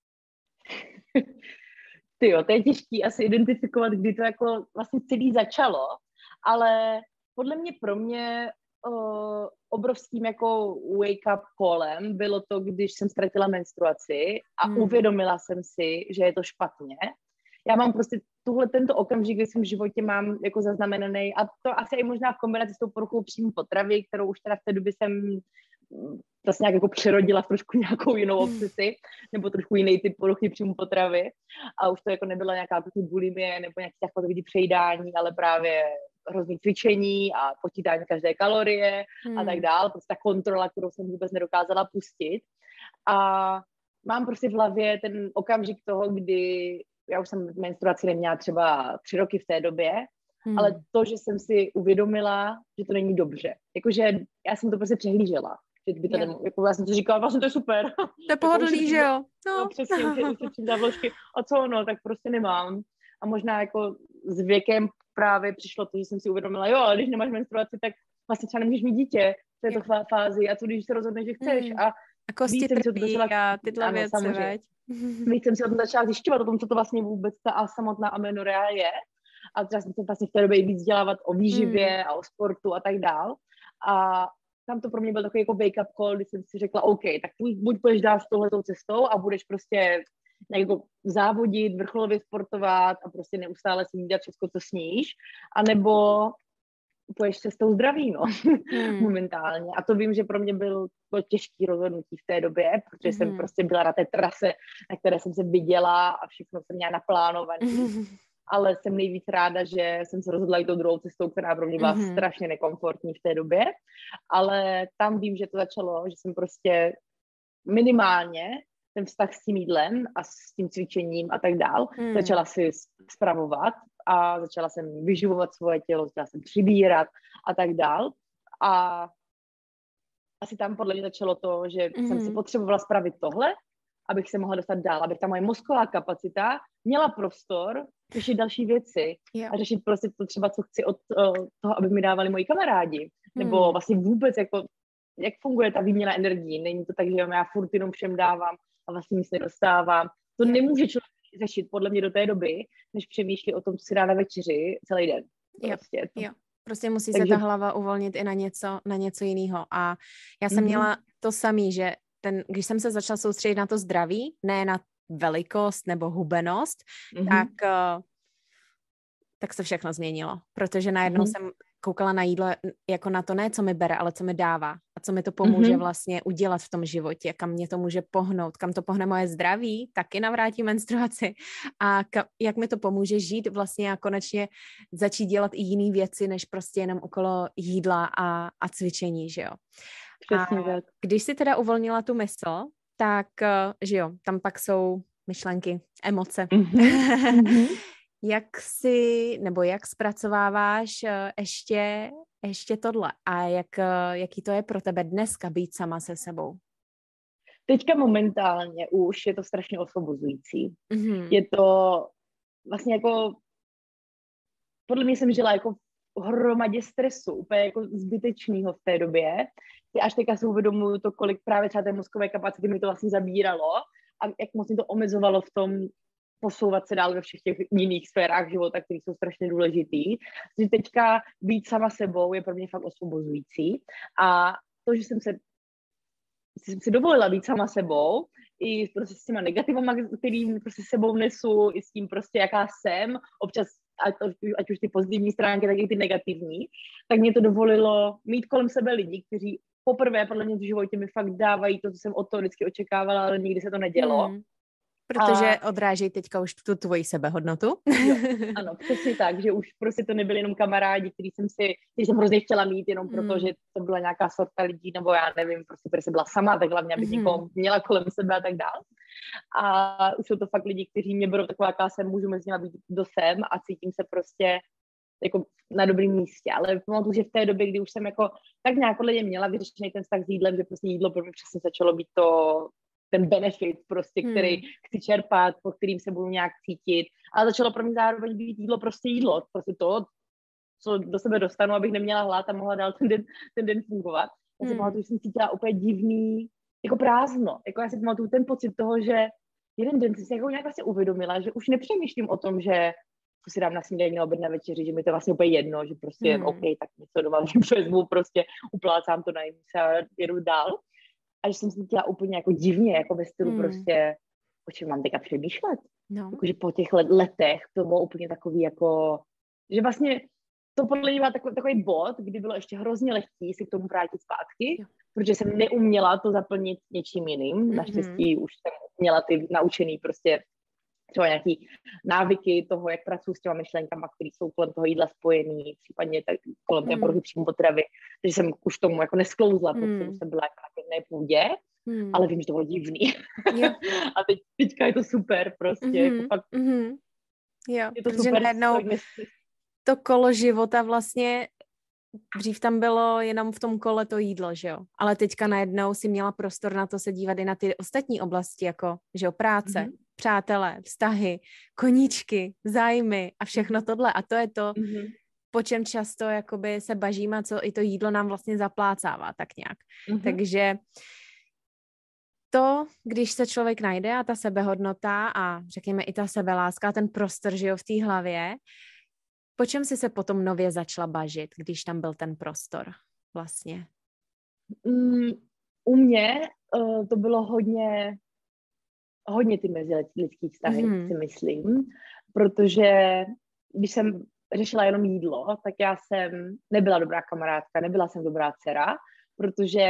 Ty jo, to je těžký asi identifikovat, kdy to jako vlastně celý začalo, ale podle mě pro mě uh, obrovským jako wake-up callem bylo to, když jsem ztratila menstruaci a hmm. uvědomila jsem si, že je to špatně. Já mám prostě tuhle tento okamžik, kdy jsem v životě mám jako zaznamenaný, a to asi i možná v kombinaci s tou poruchou příjmu potravy, kterou už teda v té době jsem vlastně nějak jako přerodila v trošku nějakou jinou obsesi, nebo trošku jiný typ poruchy příjmu potravy. A už to jako nebyla nějaká bulimie nebo nějaký takový přejídání, ale právě hrozný cvičení a počítání každé kalorie hmm. a tak dál. Prostě ta kontrola, kterou jsem vůbec nedokázala pustit. A mám prostě v hlavě ten okamžik toho, kdy já už jsem menstruaci neměla třeba tři roky v té době, hmm. ale to, že jsem si uvědomila, že to není dobře. Jakože já jsem to prostě přehlížela. Že by to nem, jako já jsem to říkala, vlastně to je super.
To je pohodlný, že jo?
No, no přesně, ušetřím závložky. A co no, tak prostě nemám. A možná jako s věkem právě přišlo to, že jsem si uvědomila, jo, ale když nemáš menstruaci, tak vlastně třeba nemůžeš mít dítě v této jo. fázi. A co když se rozhodneš, že chceš?
Hmm.
A,
a kosti trpí a tyhle ano, věci, veď?
Víc jsem si o tom začala zjišťovat, o tom, co to vlastně vůbec ta samotná amenorrea je. A třeba jsem se vlastně v té době i víc vzdělávat o výživě hmm. a o sportu a tak dál. A tam to pro mě byl takový jako wake-up call, kdy jsem si řekla, OK, tak buď půjdeš dál s touhletou cestou a budeš prostě jako závodit, vrcholově sportovat a prostě neustále si jídat všechno, co sníš, anebo půjdeš cestou zdraví, no, hmm. momentálně. A to vím, že pro mě byl to těžký rozhodnutí v té době, protože hmm. jsem prostě byla na té trase, na které jsem se viděla a všechno jsem měla naplánované. Hmm. Ale jsem nejvíc ráda, že jsem se rozhodla i tou druhou cestou, která pro mě byla mm-hmm. strašně nekomfortní v té době. Ale tam vím, že to začalo, že jsem prostě minimálně ten vztah s tím jídlem a s tím cvičením a tak dál mm. začala si spravovat a začala jsem vyživovat svoje tělo, začala jsem přibírat a tak dál. A asi tam podle mě začalo to, že mm-hmm. jsem si potřebovala spravit tohle, abych se mohla dostat dál, abych ta moje mozková kapacita měla prostor řešit další věci jo. a řešit prostě to třeba, co chci od toho, aby mi dávali moji kamarádi. Hmm. Nebo vlastně vůbec, jako, jak funguje ta výměna energií. Není to tak, že já furt jenom všem dávám a vlastně nic nedostávám. To jo. nemůže člověk řešit podle mě do té doby, než přemýšlí o tom, co si dá na večeři celý den. Prostě.
Jo. Jo. Prostě musí Takže... se ta hlava uvolnit i na něco, na něco jiného. A já jsem mm-hmm. měla to samý, že ten, když jsem se začala soustředit na to zdraví, ne na velikost nebo hubenost, mm-hmm. tak, uh, tak se všechno změnilo. Protože najednou mm-hmm. jsem koukala na jídlo jako na to ne, co mi bere, ale co mi dává. A co mi to pomůže mm-hmm. vlastně udělat v tom životě, kam mě to může pohnout, kam to pohne moje zdraví, taky navrátí menstruaci. A kam, jak mi to pomůže žít vlastně a konečně začít dělat i jiné věci, než prostě jenom okolo jídla a, a cvičení, že jo.
Přesně
a
tak.
Když si teda uvolnila tu mysl, tak, že jo, tam pak jsou myšlenky, emoce. Mm-hmm. Jak si, nebo jak zpracováváš ještě, ještě tohle? A jak, jaký to je pro tebe dneska být sama se sebou?
Teďka momentálně už je to strašně osvobozující. Mm-hmm. Je to vlastně jako, podle mě jsem žila jako v hromadě stresu, úplně jako zbytečného v té době. Až teďka si uvědomuju to, kolik právě třeba té mozkové kapacity mi to vlastně zabíralo a jak moc mi to omezovalo v tom posouvat se dál ve všech těch jiných sférách života, které jsou strašně důležitý. Takže teďka být sama sebou je pro mě fakt osvobozující. A to, že jsem se jsem si dovolila být sama sebou, i prostě s těma negativama, kterým prostě sebou nesu, i s tím prostě, jaká jsem, občas, ať, ať už ty pozitivní stránky, tak i ty negativní, tak mě to dovolilo mít kolem sebe lidi, kteří poprvé podle mě v životě mi fakt dávají to, co jsem od toho vždycky očekávala, ale nikdy se to nedělo. Hmm.
Protože a... odrážejí teďka už tu tvoji sebehodnotu.
Jo, ano, přesně tak, že už prostě to nebyli jenom kamarádi, který jsem si, který jsem hrozně chtěla mít, jenom proto, mm. že to byla nějaká sorta lidí, nebo já nevím, prostě protože jsem byla sama, tak hlavně, abych mm. někoho měla kolem sebe a tak dál. A už jsou to fakt lidi, kteří mě berou taková, jaká jsem, můžu mezi nimi být kdo jsem a cítím se prostě jako na dobrém místě, ale pamatuju, že v té době, kdy už jsem jako tak nějak podle mě měla vyřešený ten vztah s jídlem, že prostě jídlo pro mě přesně začalo být to ten benefit prostě, který hmm. chci čerpat, po kterým se budu nějak cítit. Ale začalo pro mě zároveň být jídlo prostě jídlo. Prostě to, co do sebe dostanu, abych neměla hlad a mohla dál ten den, ten den fungovat. Já si hmm. pamatuju, že jsem cítila úplně divný, jako prázdno. Jako já si pamatuju ten pocit toho, že jeden den jsem si jako nějak vlastně uvědomila, že už nepřemýšlím o tom, že co si dám na snídani, na oběd, na večeři, že mi to vlastně úplně jedno, že prostě hmm. OK, tak něco doma vezmu, prostě uplácám to, najím se a jedu dál. A že jsem se cítila úplně jako divně, jako ve stylu hmm. prostě, o čem mám teďka přemýšlet. No. Jakože po těch let, letech to bylo úplně takový jako, že vlastně to podle mě byl takový, takový bod, kdy bylo ještě hrozně lehký si k tomu vrátit zpátky, jo. protože jsem neuměla to zaplnit něčím jiným. Mm-hmm. Naštěstí už jsem měla ty naučený prostě třeba nějaký návyky toho, jak pracuji s těma myšlenkama, které jsou kolem toho jídla spojený, případně tak kolem té poruchy příjmu potravy, takže jsem už tomu jako nesklouzla, mm. protože jsem byla jako na pevné půdě, mm. ale vím, že to bylo divný. Yeah. A teď, teďka je to super prostě. Mm-hmm. Jako fakt,
mm-hmm. Jo, je to super. Najednou to kolo života vlastně, dřív tam bylo jenom v tom kole to jídlo, že jo, ale teďka najednou si měla prostor na to se dívat i na ty ostatní oblasti, jako, že jo, práce, mm-hmm. přátelé, vztahy, koníčky, zájmy a všechno tohle. A to je to, mm-hmm. po čem často jakoby se bažíme a co i to jídlo nám vlastně zaplácává tak nějak. Mm-hmm. Takže to, když se člověk najde a ta sebehodnota a řekněme i ta sebeláska, ten prostor, že jo, v té hlavě, po čem jsi se potom nově začala bažit, když tam byl ten prostor vlastně?
Mm, u mě uh, to bylo hodně hodně ty mezilidský vztahy, mm. si myslím, protože když jsem řešila jenom jídlo, tak já jsem nebyla dobrá kamarádka, nebyla jsem dobrá dcera, protože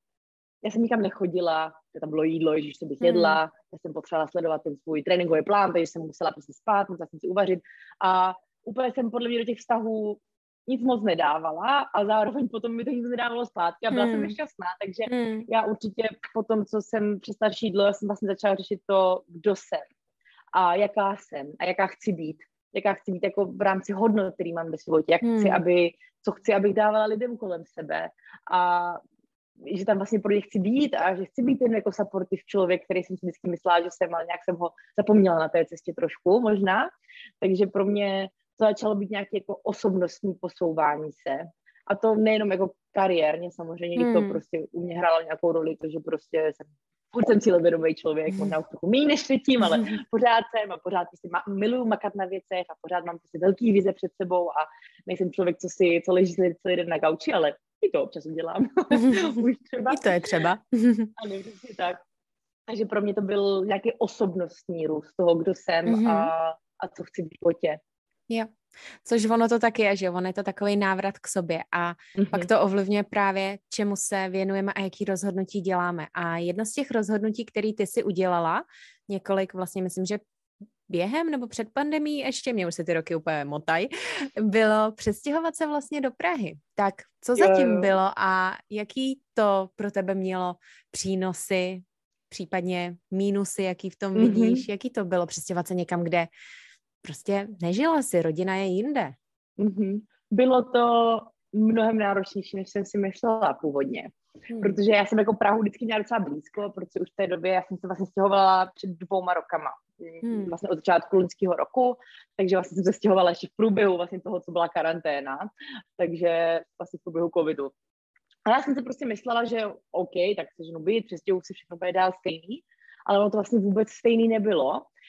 já jsem nikam nechodila, tam bylo jídlo, ježíš, co bych mm. jedla, já jsem potřebovala sledovat ten svůj tréninkový plán, takže jsem musela prostě spát, musela jsem si uvařit a úplně jsem podle mě do těch vztahů nic moc nedávala a zároveň potom mi to nic nedávalo zpátky a byla hmm. jsem nešťastná, takže hmm. já určitě po tom, co jsem přestala jídlo, já jsem vlastně začala řešit to, kdo jsem a jaká jsem a jaká chci být, jaká chci být jako v rámci hodnot, který mám ve životě, jak hmm. chci, aby, co chci, abych dávala lidem kolem sebe a že tam vlastně pro ně chci být a že chci být ten jako supportive člověk, který jsem si vždycky myslela, že jsem, ale nějak jsem ho zapomněla na té cestě trošku možná, takže pro mě to začalo být nějaké jako osobnostní posouvání se. A to nejenom jako kariérně samozřejmě, hmm. to prostě u mě hrálo nějakou roli, protože prostě jsem furt jsem cílevědomý člověk, možná už trochu méně než předtím, ale pořád jsem a pořád prostě ma- miluju makat na věcech a pořád mám prostě velký vize před sebou a nejsem člověk, co si co leží celý den na gauči, ale i to občas udělám. Už třeba.
I to je třeba.
Ano, přesně tak. Takže pro mě to byl nějaký osobnostní růst toho, kdo jsem mm-hmm. a, a co chci v životě.
Jo, což ono to taky je, že ono je to takový návrat k sobě a mm-hmm. pak to ovlivňuje právě, čemu se věnujeme a jaký rozhodnutí děláme. A jedno z těch rozhodnutí, který ty si udělala, několik vlastně, myslím, že během nebo před pandemií ještě, mě už se ty roky úplně motaj, bylo přestěhovat se vlastně do Prahy. Tak co zatím bylo a jaký to pro tebe mělo přínosy, případně mínusy, jaký v tom mm-hmm. vidíš, jaký to bylo přestěhovat se někam, kde prostě nežila si, rodina je jinde.
Mm-hmm. Bylo to mnohem náročnější, než jsem si myslela původně. Hmm. Protože já jsem jako Prahu vždycky měla docela blízko, protože už v té době já jsem se vlastně stěhovala před dvouma rokama. Hmm. Vlastně od začátku loňského roku, takže vlastně jsem se stěhovala ještě v průběhu vlastně toho, co byla karanténa. Takže vlastně v průběhu covidu. A já jsem si prostě myslela, že OK, tak se ženu být, přestěhuji si, všechno bude dál stejný, ale ono to vlastně vůbec stejný nebylo.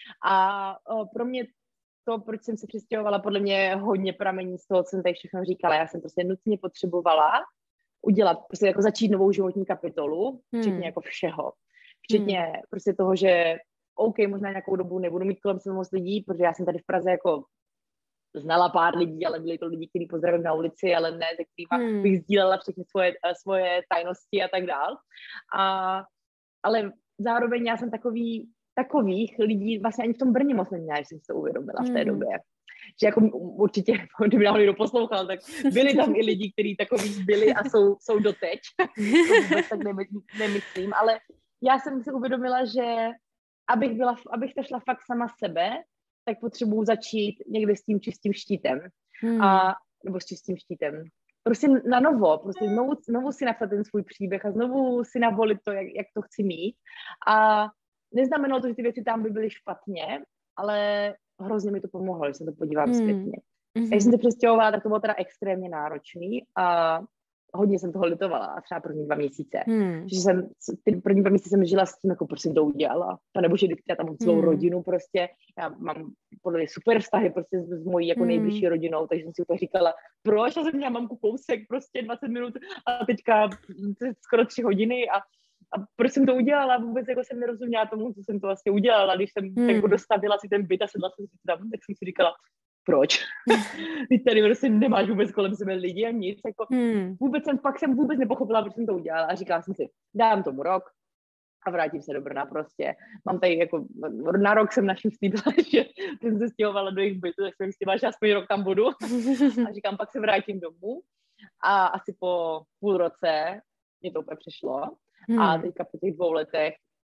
A uh, pro mě to, proč jsem se přestěhovala, podle mě hodně pramení z toho, co jsem tady všechno říkala. Já jsem prostě nutně potřebovala udělat, prostě jako začít novou životní kapitolu, včetně hmm. jako všeho. Včetně hmm. prostě toho, že OK, možná nějakou dobu nebudu mít kolem sebe moc lidí, protože já jsem tady v Praze jako znala pár lidí, ale byli to lidi, kteří pozdravím na ulici, ale ne, se kterýma hmm. bych sdílela všechny svoje, svoje tajnosti a tak dál. A, ale zároveň já jsem takový, takových lidí vlastně ani v tom Brně moc neměla, když jsem si to uvědomila hmm. v té době. Že jako určitě, kdyby nám někdo poslouchal, tak byli tam i lidi, kteří takový byli a jsou, jsou doteď. To vůbec tak nemyslím, ale já jsem si uvědomila, že abych, byla, abych to šla fakt sama sebe, tak potřebuji začít někde s tím čistým štítem. Hmm. A, nebo s čistým štítem. Prostě na novo, prostě znovu, znovu si napsat ten svůj příběh a znovu si navolit to, jak, jak to chci mít. A neznamenalo to, že ty věci tam by byly špatně, ale hrozně mi to pomohlo, když se to podívám hmm. zpětně. Mm-hmm. Když jsem se přestěhovala, tak to bylo teda extrémně náročný a hodně jsem toho litovala, a třeba první dva měsíce. Hmm. Že jsem, ty první dva měsíce jsem žila s tím, jako proč jsem to udělala. To nebo že já tam mám celou hmm. rodinu prostě, já mám podle mě super vztahy prostě s, s mojí jako hmm. nejbližší rodinou, takže jsem si to říkala, proč? Já jsem měla mamku kousek prostě dvacet minut a teďka skoro tři hodiny a, a proč jsem to udělala? Vůbec jako jsem nerozuměla tomu, co jsem to vlastně udělala. Když jsem hmm. jako dostavila si ten byt a sedla jsem si tam, tak jsem si říkala, proč? Teď tady prostě nemáš vůbec kolem sebe lidi a nic. Jako hmm. vůbec jsem, pak jsem vůbec nepochopila, proč jsem to udělala a říkala jsem si, dám tomu rok a vrátím se do Brna prostě. Mám tady jako, na rok jsem naším slíbila, že jsem se stěhovala do jejich bytu, tak jsem slíbila, že aspoň rok tam budu. A říkám, pak se vrátím domů a asi po půl roce mě to úplně přišlo. Hmm. A teďka po těch dvou letech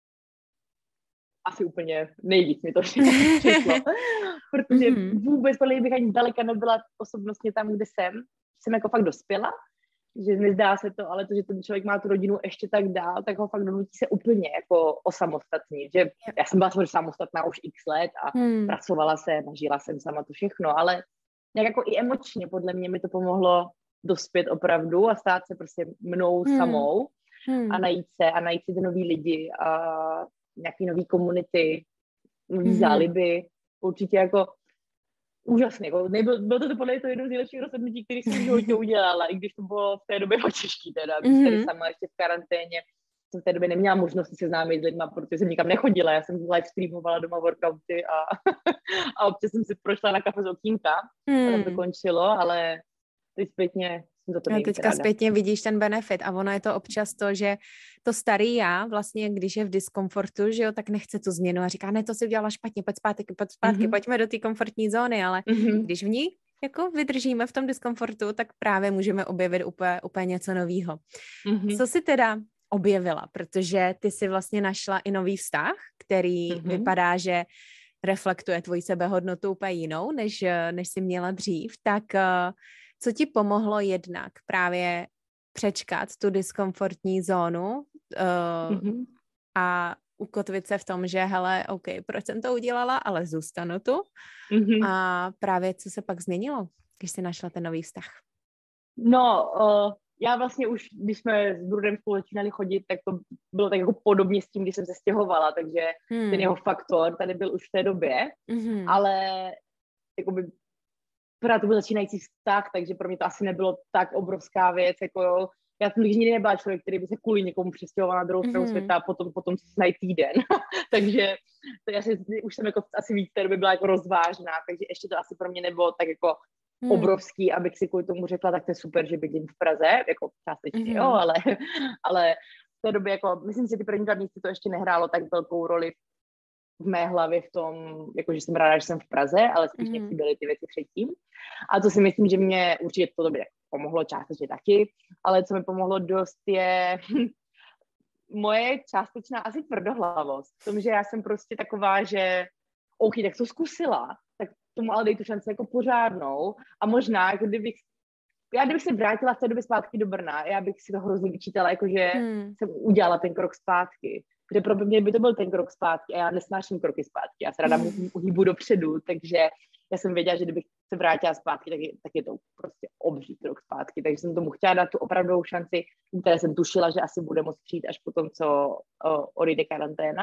asi úplně nejvíc mi to přišlo, protože mm-hmm. vůbec podle mě bych ani daleka nebyla osobnostně tam, kde jsem. Jsem jako fakt dospěla, že nezdá se to, ale to, že ten člověk má tu rodinu ještě tak dál, tak ho fakt donutí se úplně jako osamostatnit. Že já jsem byla samozřejmě samostatná už x let a mm. pracovala jsem a žila jsem sama to všechno, ale nějak jako i emočně podle mě mi to pomohlo dospět opravdu a stát se prostě mnou mm. samou mm. a najít se a najít si ty nový lidi a nějaký nový komunity, nový mm-hmm. záliby, určitě jako úžasný. Jako, nebyl, bylo to, to podle mě to jedno z nejlepších rozhodnutí, který jsem v životě udělala, i když to bylo v té době těžké teda, mm-hmm. tady sama ještě v karanténě, jsem v té době neměla možnost se seznámit s lidma, protože jsem nikam nechodila, já jsem live streamovala doma workouty a, a občas jsem si prošla na kafe z okýnka, mm. a tam to končilo, ale teď zpětně No,
teďka ráda. Zpětně vidíš ten benefit a ono je to občas to, že to starý já vlastně, když je v diskomfortu, že jo, tak nechce tu změnu a říká, ne, to si udělala špatně, pojď zpátky, pojď zpátky, mm-hmm. pojďme do té komfortní zóny, ale mm-hmm. když v ní jako vydržíme v tom diskomfortu, tak právě můžeme objevit úplně, úplně něco novýho. Mm-hmm. Co jsi teda objevila, protože ty si vlastně našla i nový vztah, který mm-hmm. vypadá, že reflektuje tvoji sebehodnotu úplně jinou, než, než jsi měla dřív, tak co ti pomohlo jednak právě přečkat tu diskomfortní zónu uh, mm-hmm. a ukotvit se v tom, že hele, OK, proč jsem to udělala, ale zůstanu tu. Mm-hmm. A právě co se pak změnilo, když jsi našla ten nový vztah?
No, uh, já vlastně už, když jsme s Brudem spolu začínali chodit, tak to bylo tak jako podobně s tím, když jsem se stěhovala, takže hmm. ten jeho faktor tady byl už v té době, mm-hmm. ale jakoby právě to byl začínající vztah, takže pro mě to asi nebylo tak obrovská věc, jako já jsem nikdy nebyla člověk, který by se kvůli někomu přestěhoval na druhou stranu mm-hmm. světa a potom, potom si znají týden. Takže to já si, už jsem jako asi víc té doby byla jako rozvážná, takže ještě to asi pro mě nebylo tak jako mm. obrovský, abych si kvůli tomu řekla, tak to je super, že bydlím v Praze, jako částečně, mm-hmm. jo, ale, ale v té době jako, myslím si, že ty první dva měsíce to ještě nehrálo tak velkou roli v mé hlavě v tom, jako že jsem ráda, že jsem v Praze, ale spíš mm. mě byly ty věci předtím. A to si myslím, že mě určitě to dobře pomohlo částečně taky, ale co mi pomohlo dost je moje částečná asi tvrdohlavost. V tom, že já jsem prostě taková, že OK, tak to zkusila, tak tomu ale dej tu šanci jako pořádnou a možná, jako kdybych já kdybych se vrátila v té době zpátky do Brna, já bych si to hrozně vyčítala, jakože hmm. jsem udělala ten krok zpátky. Protože pro mě by to byl ten krok zpátky a já nesnáším kroky zpátky. Já se ráda hýbu dopředu, takže já jsem věděla, že kdybych se vrátila zpátky, tak je, tak je to prostě obří krok zpátky. Takže jsem tomu chtěla dát tu opravdovou šanci, které jsem tušila, že asi bude moct přijít až po tom, co o, odejde karanténa.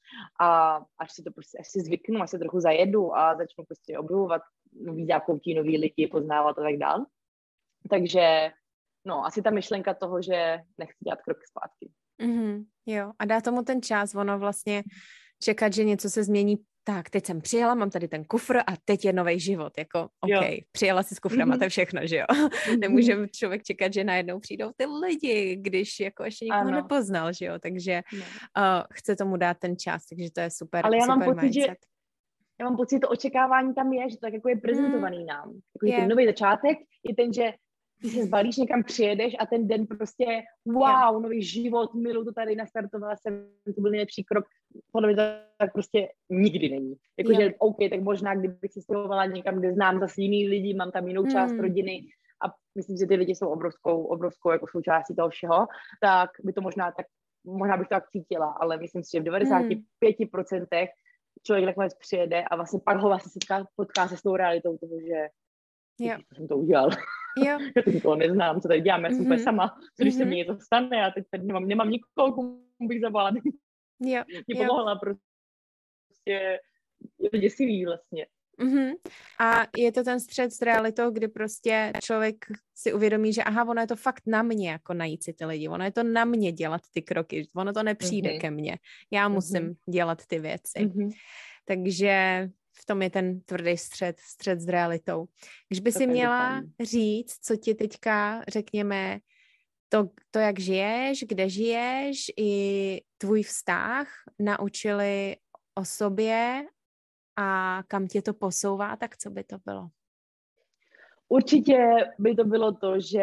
A až si to prostě, až si zvyknu, až se trochu zajedu a začnu prostě objevovat nový zákoutí, nový lidi, poznávat a tak dál. Takže no, asi ta myšlenka toho, že nechci dělat krok zpátky.
Mm-hmm, jo, a dá tomu ten čas, ono vlastně čekat, že něco se změní. Tak, teď jsem přijela, mám tady ten kufr a teď je nový život, jako OK, jo. Přijela si s kufrem mm-hmm. a to je všechno, že jo. Mm-hmm. Nemůže člověk čekat, že najednou přijdou ty lidi, když jako ještě nikoho ano. nepoznal, že jo, takže no. uh, chce tomu dát ten čas, takže to je super.
Ale já
super
mám pocit,
mindset.
že já mám pocit, to očekávání tam je, že to tak jako je prezentovaný mm. nám. Jako je. Ten nový začátek je ten, že ty se zbalíš, někam přijedeš a ten den prostě wow, yeah. nový život, milu to tady nastartovala jsem, to byl nejlepší krok. Podle mě to tak prostě nikdy není. Jakože yeah. OK, tak možná kdybych se stěhovala někam, kde znám zase jiný lidi, mám tam jinou část mm. rodiny a myslím, že ty lidi jsou obrovskou, obrovskou jako součástí toho všeho, tak by to možná tak, možná bych to tak cítila, ale myslím si, že v devadesát pět procent mm. člověk nakonec přijede a vlastně pak ho vlastně setká, potká se s tou realitou toho, že
jo.
jsem to udělal.
Jo.
Já to nikoho neznám, co tady dělám, já jsem úplně
mm-hmm.
sama, co když
mm-hmm.
se mi něco stane, já teď tady nemám, nemám nikoho, komu bych zavolala,
jo.
mě pomohla, prostě je to děsivý vlastně.
Mm-hmm. A je to ten střed s realitou, kdy prostě člověk si uvědomí, že aha, ono je to fakt na mě, jako najít si ty lidi, ono je to na mě dělat ty kroky, ono to nepřijde mm-hmm. ke mně, já musím mm-hmm. dělat ty věci. Mm-hmm. Takže v tom je ten tvrdý střed, střed s realitou. Když by to si měla říct, co ti teďka, řekněme, to, to, jak žiješ, kde žiješ, i tvůj vztah naučili o sobě a kam tě to posouvá, tak co by to bylo?
Určitě by to bylo to, že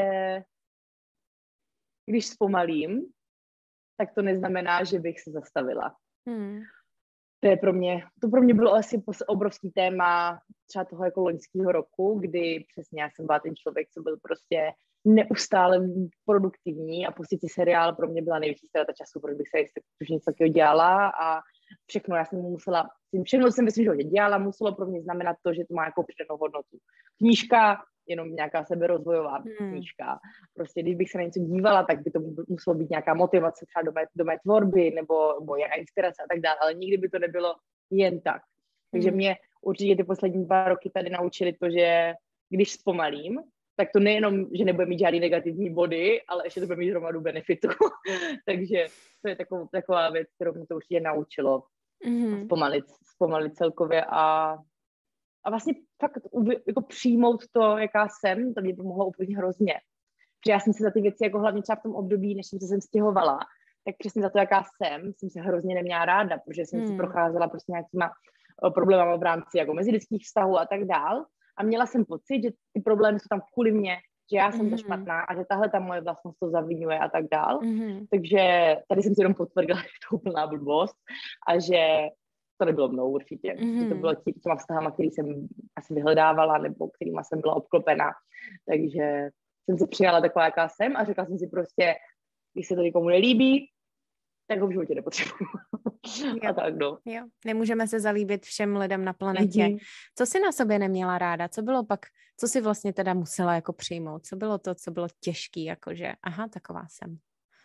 když zpomalím, tak to neznamená, že bych se zastavila. Hmm. To je pro mě, to pro mě bylo asi obrovský téma třeba toho jako loňského roku, kdy přesně já jsem byla ten člověk, co byl prostě neustále produktivní a pustit si seriál pro mě byla největší ztráta času, protože bych se už něco takového dělala a všechno, já jsem musela, všechno jsem ve svém životě dělala, muselo pro mě znamenat to, že to má jako přidanou hodnotu. Knížka, jenom nějaká seberozvojová hmm. knížka. Prostě když bych se na něco dívala, tak by to muselo být nějaká motivace třeba do mé, do mé tvorby nebo, nebo nějaká inspirace a tak dále, ale nikdy by to nebylo jen tak. Takže hmm. mě určitě ty poslední dva roky tady naučili to, že když zpomalím, tak to nejenom, že nebude mít žádný negativní body, ale ještě to bude mít hromadu benefitu. Takže to je taková, taková věc, kterou mě to určitě naučilo. Mm-hmm. Zpomalit, zpomalit celkově a, a vlastně fakt jako přijmout to, jaká jsem, to mě pomohlo úplně hrozně. Protože já jsem se za ty věci, jako hlavně třeba v tom období, než jsem se sem stěhovala, tak přesně za to, jaká jsem, jsem se hrozně neměla ráda, protože jsem mm. si procházela prostě nějakýma problémama v rámci jako mezilidských vztahů a tak dál. A měla jsem pocit, že ty problémy jsou tam kvůli mně, že já jsem mm-hmm. ta špatná a že tahle ta moje vlastnost to zavinuje a tak dál. Mm-hmm. Takže tady jsem si jenom potvrdila, že to je úplná blbost a že to nebylo mnou určitě. Mm-hmm. Že to bylo tím, těma vztahama, který jsem asi vyhledávala nebo kterýma jsem byla obklopena. Takže jsem se přijala taková, jaká jsem a řekla jsem si prostě, když se to někomu nelíbí, tak ho v životě nepotřebuji. A tak, no.
Jo, nemůžeme se zalíbit všem lidem na planetě. Mm-hmm. Co jsi na sobě neměla ráda? Co bylo pak, co jsi vlastně teda musela jako přijmout? Co bylo to, co bylo těžký, jakože, aha, taková jsem.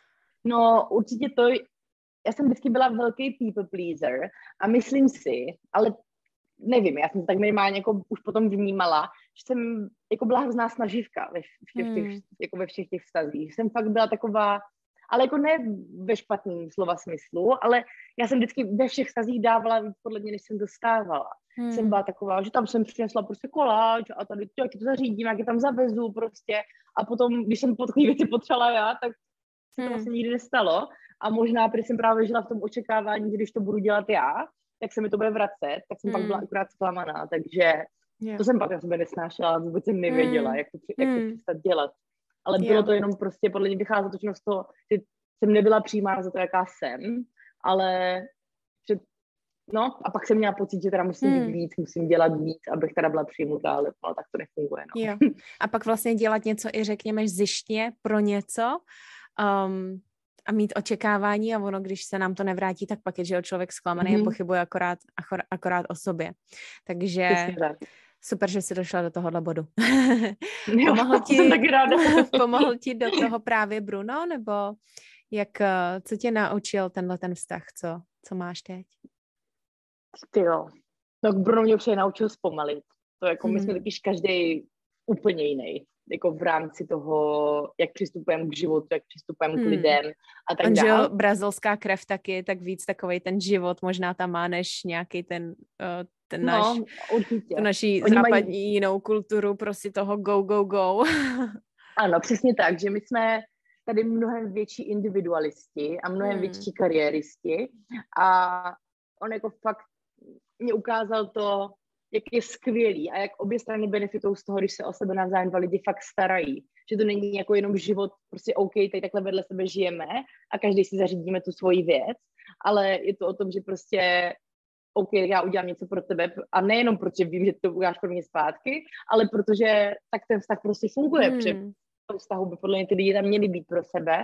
No, určitě to, já jsem vždycky byla velký people pleaser a myslím si, ale nevím, já jsem tak minimálně jako už potom vnímala, že jsem jako byla hrozná snaživka ve všech, mm. těch, jako ve všech těch vztazích. Jsem fakt byla taková, ale jako ne ve špatném slova smyslu, ale já jsem vždycky ve všech vztazích dávala víc podle mě, než jsem dostávala. Hmm. Jsem byla taková, že tam jsem přinesla prostě koláč a tady jak to zařídím, jak je tam zavezu prostě a potom, když jsem takové věci potřebovala já, tak se to hmm. vlastně nikdy nestalo a možná, protože jsem právě žila v tom očekávání, že když to budu dělat já, tak se mi to bude vracet, tak jsem hmm. pak byla akorát zklamaná, takže yeah. to jsem pak na sebe nesnášela, vůbec jsem nevěděla, hmm. jak, to, jak to
hmm.
přestat dělat. Ale
yeah.
bylo to jenom prostě, podle mě vycházelo to z toho, že jsem nebyla přijímána za to, jaká jsem, ale že, no a pak jsem měla pocit, že teda musím hmm. být víc, musím dělat víc, abych teda byla přijmutá, ale no, tak to nefunguje. No.
Jo. A pak vlastně dělat něco i řekněme zištně pro něco um, a mít očekávání a ono, když se nám to nevrátí, tak pak je, že člověk zklamaný hmm. a pochybuje akorát, akorát, akorát o sobě. Takže super, že jsi došla do tohohle bodu.
Jo,
pomohl, ti,
jsem taky ráda.
pomohl ti do toho právě Bruno, nebo jak, co tě naučil tenhle ten vztah, co, co máš teď?
Tyjo. No Bruno mě určitě naučil zpomalit. To jako hmm. my jsme taky každý úplně jiný. Jako v rámci toho, jak přistupujeme k životu, jak přistupujeme hmm. k lidem a tak dále.
Brazilská krev taky, tak víc takovej ten život možná tam má, než nějaký ten, uh, ten náš,
no, určitě.
tu naší
Oni
západní
mají...
jinou kulturu, prostě toho go, go, go.
Ano, přesně tak, že my jsme tady mnohem větší individualisti a mnohem hmm. větší kariéristi a on jako fakt mě ukázal to, jak je skvělý a jak obě strany benefitují z toho, když se o sebe navzájem dva lidi fakt starají. Že to není jako jenom život, prostě OK, tady takhle vedle sebe žijeme a každý si zařídíme tu svoji věc, ale je to o tom, že prostě OK, já udělám něco pro tebe a nejenom protože vím, že to uděláš pro mě zpátky, ale protože tak ten vztah prostě funguje, hmm. protože v tom vztahu by podle mě ty lidi tam měli být pro sebe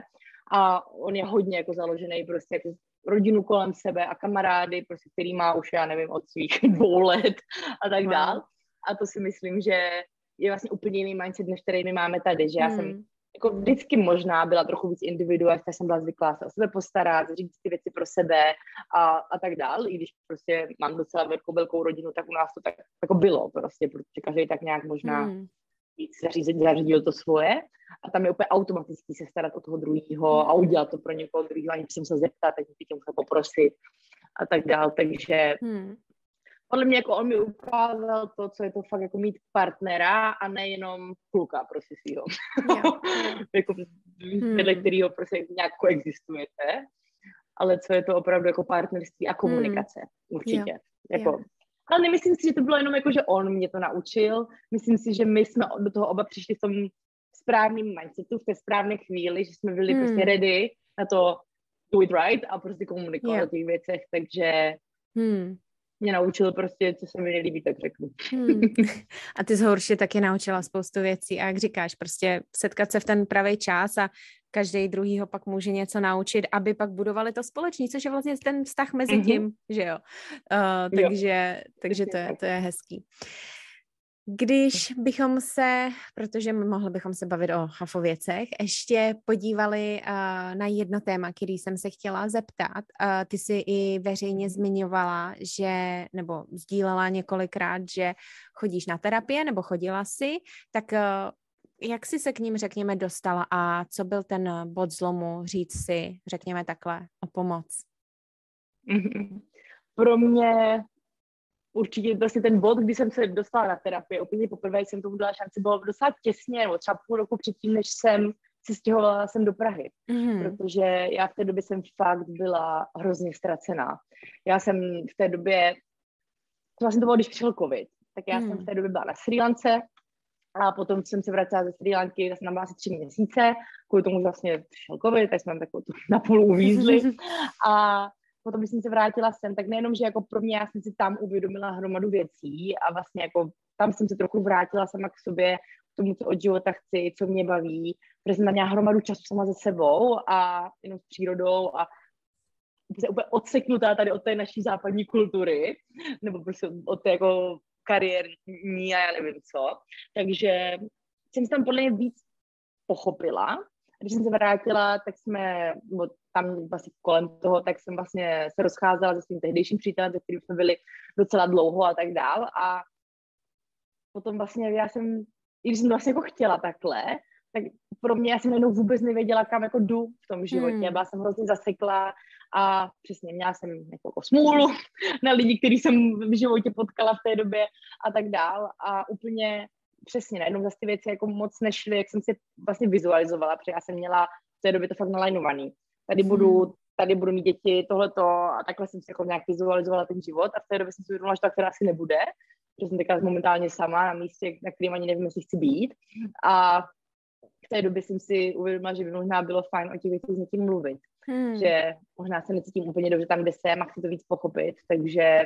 a on je hodně jako založený prostě jako rodinu kolem sebe a kamarády, prostě, který má už, já nevím, od svých dvou let a tak dál. A to si myslím, že je vlastně úplně jiný mindset, než který my máme tady, že já hmm. jsem jako vždycky možná byla trochu víc individualista, jsem byla zvyklá se o sebe postarat, říct ty věci pro sebe a, a tak dál, i když prostě mám docela velkou, velkou rodinu, tak u nás to tak jako bylo prostě, protože každý tak nějak možná hmm. víc zařízení, zařídil to svoje a tam je úplně automaticky se starat o toho druhého a udělat to pro někoho druhého, ani jsem se zeptat, tak tě musel poprosit a tak dál, takže hmm. podle mě jako on mi ukázal to, co je to fakt jako mít partnera a nejenom kluka prostě svýho. Yeah. jako vedle hmm. kterýho prostě nějak koexistujete, ale co je to opravdu jako partnerství a komunikace, hmm. určitě. Yeah. Jako, yeah. Ale nemyslím si, že to bylo jenom jako, že on mě to naučil. Myslím si, že my jsme do toho oba přišli v tom správným mindsetu, v té správné chvíli, že jsme byli hmm. prostě ready na to do it right a prostě komunikovat yeah. o těch věcech, takže hmm. mě naučil prostě, co se mi nelíbí, tak řeknu.
Hmm. A ty jsi ho určitě taky naučila spoustu věcí a jak říkáš, prostě setkat se v ten pravý čas a každý druhý ho pak může něco naučit, aby pak budovali to společný, což je vlastně ten vztah mezi mm-hmm. tím, že jo. Uh, takže jo. takže to je, to je hezký. Když bychom se, protože mohli bychom se bavit o hafo věcech, ještě podívali uh, na jedno téma, který jsem se chtěla zeptat. Uh, ty jsi i veřejně zmiňovala, že, nebo sdílela několikrát, že chodíš na terapie, nebo chodila jsi, tak uh, jak jsi se k ním, řekněme, dostala a co byl ten bod zlomu říct si, řekněme takhle, o pomoc?
Mm-hmm. Pro mě určitě vlastně ten bod, kdy jsem se dostala na terapii, úplně poprvé jsem tomu dala šanci, bylo docela těsně, nebo třeba půl roku předtím, než jsem se stěhovala jsem do Prahy, mm. protože já v té době jsem fakt byla hrozně ztracená. Já jsem v té době, to vlastně to bylo, když přišel covid, tak já mm. jsem v té době byla na Srí Lance a potom jsem se vracela ze Srí Lanky, já jsem tam byla asi tři měsíce, kvůli tomu vlastně přišel covid, tak jsme takovou napůl uvízli a potom, když jsem se vrátila sem, tak nejenom, že jako pro mě, já jsem si tam uvědomila hromadu věcí a vlastně jako tam jsem se trochu vrátila sama k sobě, k tomu, co od života chci, co mě baví, protože jsem tam měla hromadu času sama se sebou a jenom s přírodou a jsem úplně odseknutá tady od té naší západní kultury, nebo prostě od té jako kariérní a já nevím co. Takže jsem se tam podle mě víc pochopila. Když jsem se vrátila, tak jsme, bo tam vlastně kolem toho, tak jsem vlastně se rozcházela se svým tehdejším přítelem, se kterým jsme byli docela dlouho a tak dál. A potom vlastně já jsem, i když jsem to vlastně jako chtěla takhle, tak pro mě já jsem najednou vůbec nevěděla, kam jako jdu v tom životě. Hmm. Byla jsem hrozně zaseklá a přesně měla jsem jako smůlu na lidi, který jsem v životě potkala v té době a tak dál. A úplně přesně, najednou zase ty věci jako moc nešly, jak jsem si vlastně vizualizovala, protože já jsem měla v té době to fakt nalajnovaný. Tady budu, tady budu mít děti, tohleto a takhle jsem si jako nějak vizualizovala ten život a v té době jsem si uvědomila, že to tak asi nebude, že jsem teďka momentálně sama na místě, na kterým ani nevím, jestli chci být a v té době jsem si uvědomila, že by možná bylo fajn o těch věcích s někým mluvit, hmm. že možná se necítím úplně dobře tam, kde jsem a chci to víc pochopit, takže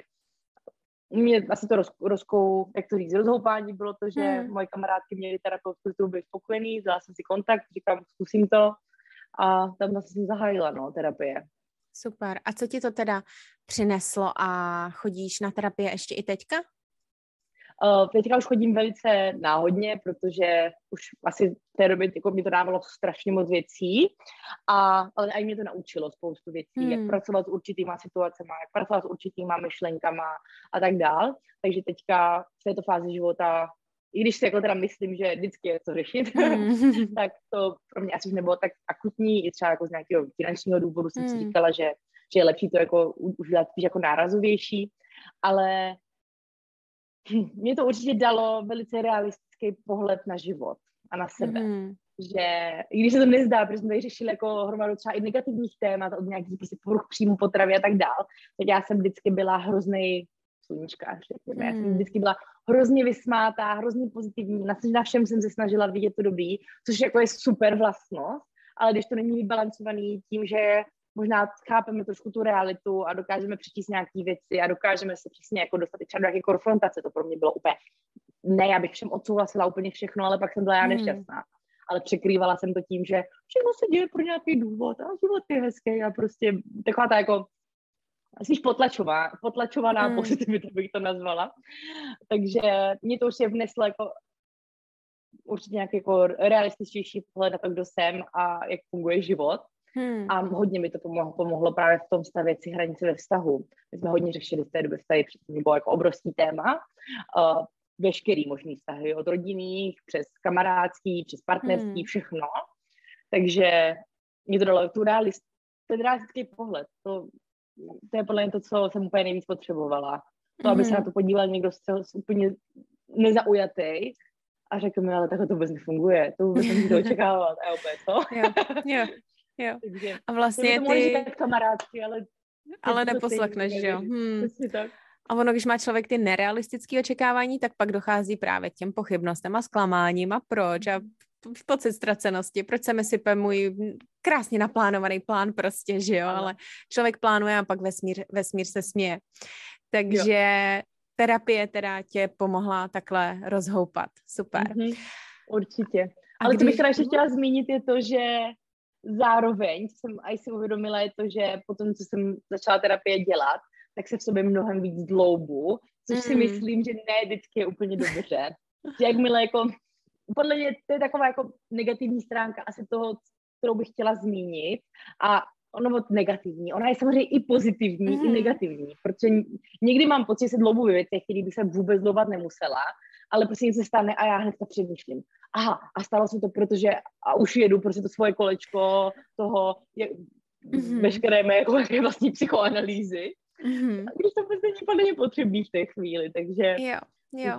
mě asi to roz, rozkou, jak to říct, rozhoupání bylo to, že hmm. moje kamarádky měly terapeutskou, kterou byly spokojený, vzala jsem si kontakt, říkám, zkusím to a tam vlastně jsem zahájila, no, terapie.
Super. A co ti to teda přineslo a chodíš na terapie ještě i teďka?
Uh, teďka už chodím velice náhodně, protože už asi v té době jako mi to dávalo strašně moc věcí, a, ale i mě to naučilo spoustu věcí, hmm. jak pracovat s určitýma situacemi, jak pracovat s určitýma myšlenkama a tak dál. Takže teďka v této fázi života, i když si jako teda myslím, že vždycky je co řešit, hmm. tak to pro mě asi už nebylo tak akutní, i třeba jako z nějakého finančního důvodu jsem hmm. si říkala, že, že je lepší to jako už dělat spíš jako nárazovější, ale mě to určitě dalo velice realistický pohled na život a na sebe. Mm. Že, i když se to nezdá, protože jsme tady řešili jako hromadu třeba i negativních témat od nějakých prostě poruch příjmu potravy a tak dál, tak já jsem vždycky byla hroznej sluníčkář, řekněme. Mm. Já jsem vždycky byla hrozně vysmátá, hrozně pozitivní, na, na všem jsem se snažila vidět to dobrý, což jako je super vlastnost, ale když to není vybalancovaný tím, že možná chápeme trošku tu realitu a dokážeme přečíst nějaké věci a dokážeme se přesně jako dostat třeba do nějaké konfrontace. To pro mě bylo úplně, ne, já bych všem odsouhlasila úplně všechno, ale pak jsem byla já nešťastná. Hmm. Ale překrývala jsem to tím, že všechno se děje pro nějaký důvod a život je hezký a prostě taková ta jako spíš potlačová, potlačovaná hmm. pozitivita bych to nazvala. Takže mě to už je vneslo jako určitě nějaký jako realističtější pohled na to, kdo jsem a jak funguje život. Hmm. A hodně mi to pomohlo, pomohlo právě v tom stavět si hranice ve vztahu. My jsme hodně řešili v té době vztahy, předtím bylo jako obrovský téma. Uh, veškerý možný vztahy, od rodinných, přes kamarádský, přes partnerský, hmm. všechno. Takže mě to dalo tu realist, ten realistický pohled. To, to je podle mě to, co jsem úplně nejvíc potřebovala. To, aby hmm. se na to podíval někdo z, z úplně nezaujatý a řekl mi, ale takhle to vůbec nefunguje. To vůbec nemůžu očekávat. A opět, co?
Jo, jo. Jo.
Takže,
a vlastně
to ty... říkat kamarádky, ale...
Ale neposlechneš, že jo. Hmm. A ono, když má člověk ty nerealistické očekávání, tak pak dochází právě k těm pochybnostem a zklamáním a proč a pocit ztracenosti, proč se mi sype můj krásně naplánovaný plán prostě, že jo, ano. Ale člověk plánuje a pak vesmír, vesmír se směje. Takže jo. Terapie teda tě pomohla takhle rozhoupat. Super. Mm-hmm.
Určitě. A ale když... co bych teda ještě chtěla zmínit je to, že zároveň jsem aj si uvědomila je to, že potom, co jsem začala terapie dělat, tak se v sobě mnohem víc dloubu, což mm. si myslím, že ne vždycky je úplně dobře. Že jakmile jako, podle mě to je taková jako negativní stránka asi toho, kterou bych chtěla zmínit a ono negativní, ona je samozřejmě i pozitivní, mm. i negativní, protože někdy mám pocit, že se dloubu ve věcech, který bych se vůbec dloubat nemusela, ale prostě něco stane a já hnedka přemýšlím. Aha, a stalo se to, protože a už jedu prostě to svoje kolečko toho, je, mm-hmm. veškeré mé jako vlastní psychoanalýzy. Mm-hmm. A když to prostě není podle mě potřebný v té chvíli, takže...
Jo, jo.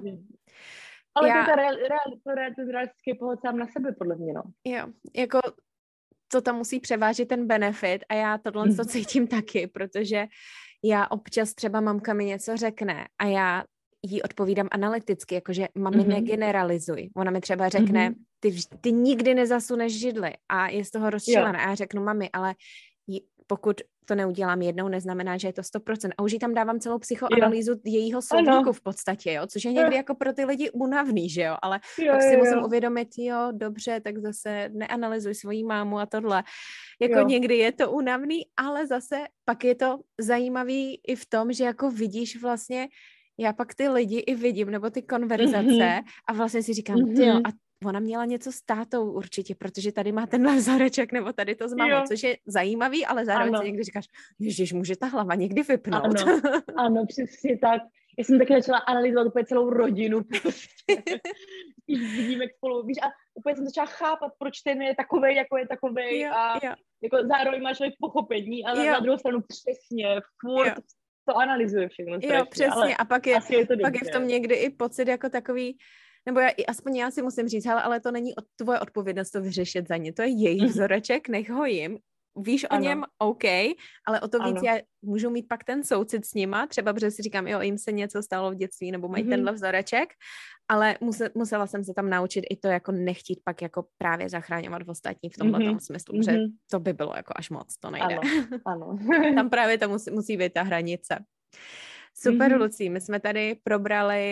Ale já... to je real, real, ten realistický pohled sám na sebe, podle mě, no.
Jo, jako to tam musí převážit ten benefit a já tohle mm. to cítím taky, protože já občas třeba mamka mi něco řekne a já jí odpovídám analyticky, jakože mami mm-hmm. negeneralizuj. Ona mi třeba řekne, mm-hmm. ty, ty nikdy nezasuneš židli a je z toho rozčilená. A já řeknu, mami, ale pokud to neudělám jednou, neznamená, že je to sto procent. A už jí tam dávám celou psychoanalýzu jo. jejího slovníku v podstatě, jo, což je někdy jo. jako pro ty lidi únavný, že jo, ale jo, pak si jo, musím jo. uvědomit, jo, dobře, tak zase neanalyzuj svoji mámu a tohle. Jako jo. někdy je to únavný, ale zase pak je to zajímavý i v tom, že jako vidíš vlastně, já pak ty lidi i vidím, nebo ty konverzace mm-hmm. a vlastně si říkám, mm-hmm. tyjo, a ona měla něco s tátou určitě, protože tady má tenhle vzoreček, nebo tady to s mamou, což je zajímavý, ale zároveň si někdy říkáš, ježiš, může ta hlava někdy vypnout.
Ano, ano, přesně tak. Já jsem taky začala analyzovat úplně celou rodinu. Prostě. Když vidím, jak spolu, víš, a úplně jsem začala chápat, proč ten je takovej, jako je takovej jo, a jo. Jako zároveň máš člověk pochopení, ale jo. na druhou stranu přesně, furt jo. to analyzuje všechno. Strašně,
jo, přesně, a pak je,
je
pak je v tom někdy i pocit jako takový, nebo já, aspoň já si musím říct, hele, ale to není od, tvoje odpovědnost to vyřešit za ně, to je jejich vzoreček, nech ho jim, víš ano. o něm, OK, ale o to víc ano. já můžu mít pak ten soucit s nima, třeba protože si říkám, jo, jim se něco stalo v dětství, nebo mají mm-hmm. tenhle vzoreček, ale musel, musela jsem se tam naučit i to jako nechtít pak jako právě zachráňovat v ostatní v tomhle mm-hmm. smyslu, mm-hmm. že to by bylo jako až moc, to nejde.
Ano, ano.
Tam právě to musí, musí být ta hranice. Super, mm-hmm. Lucí, my jsme tady probrali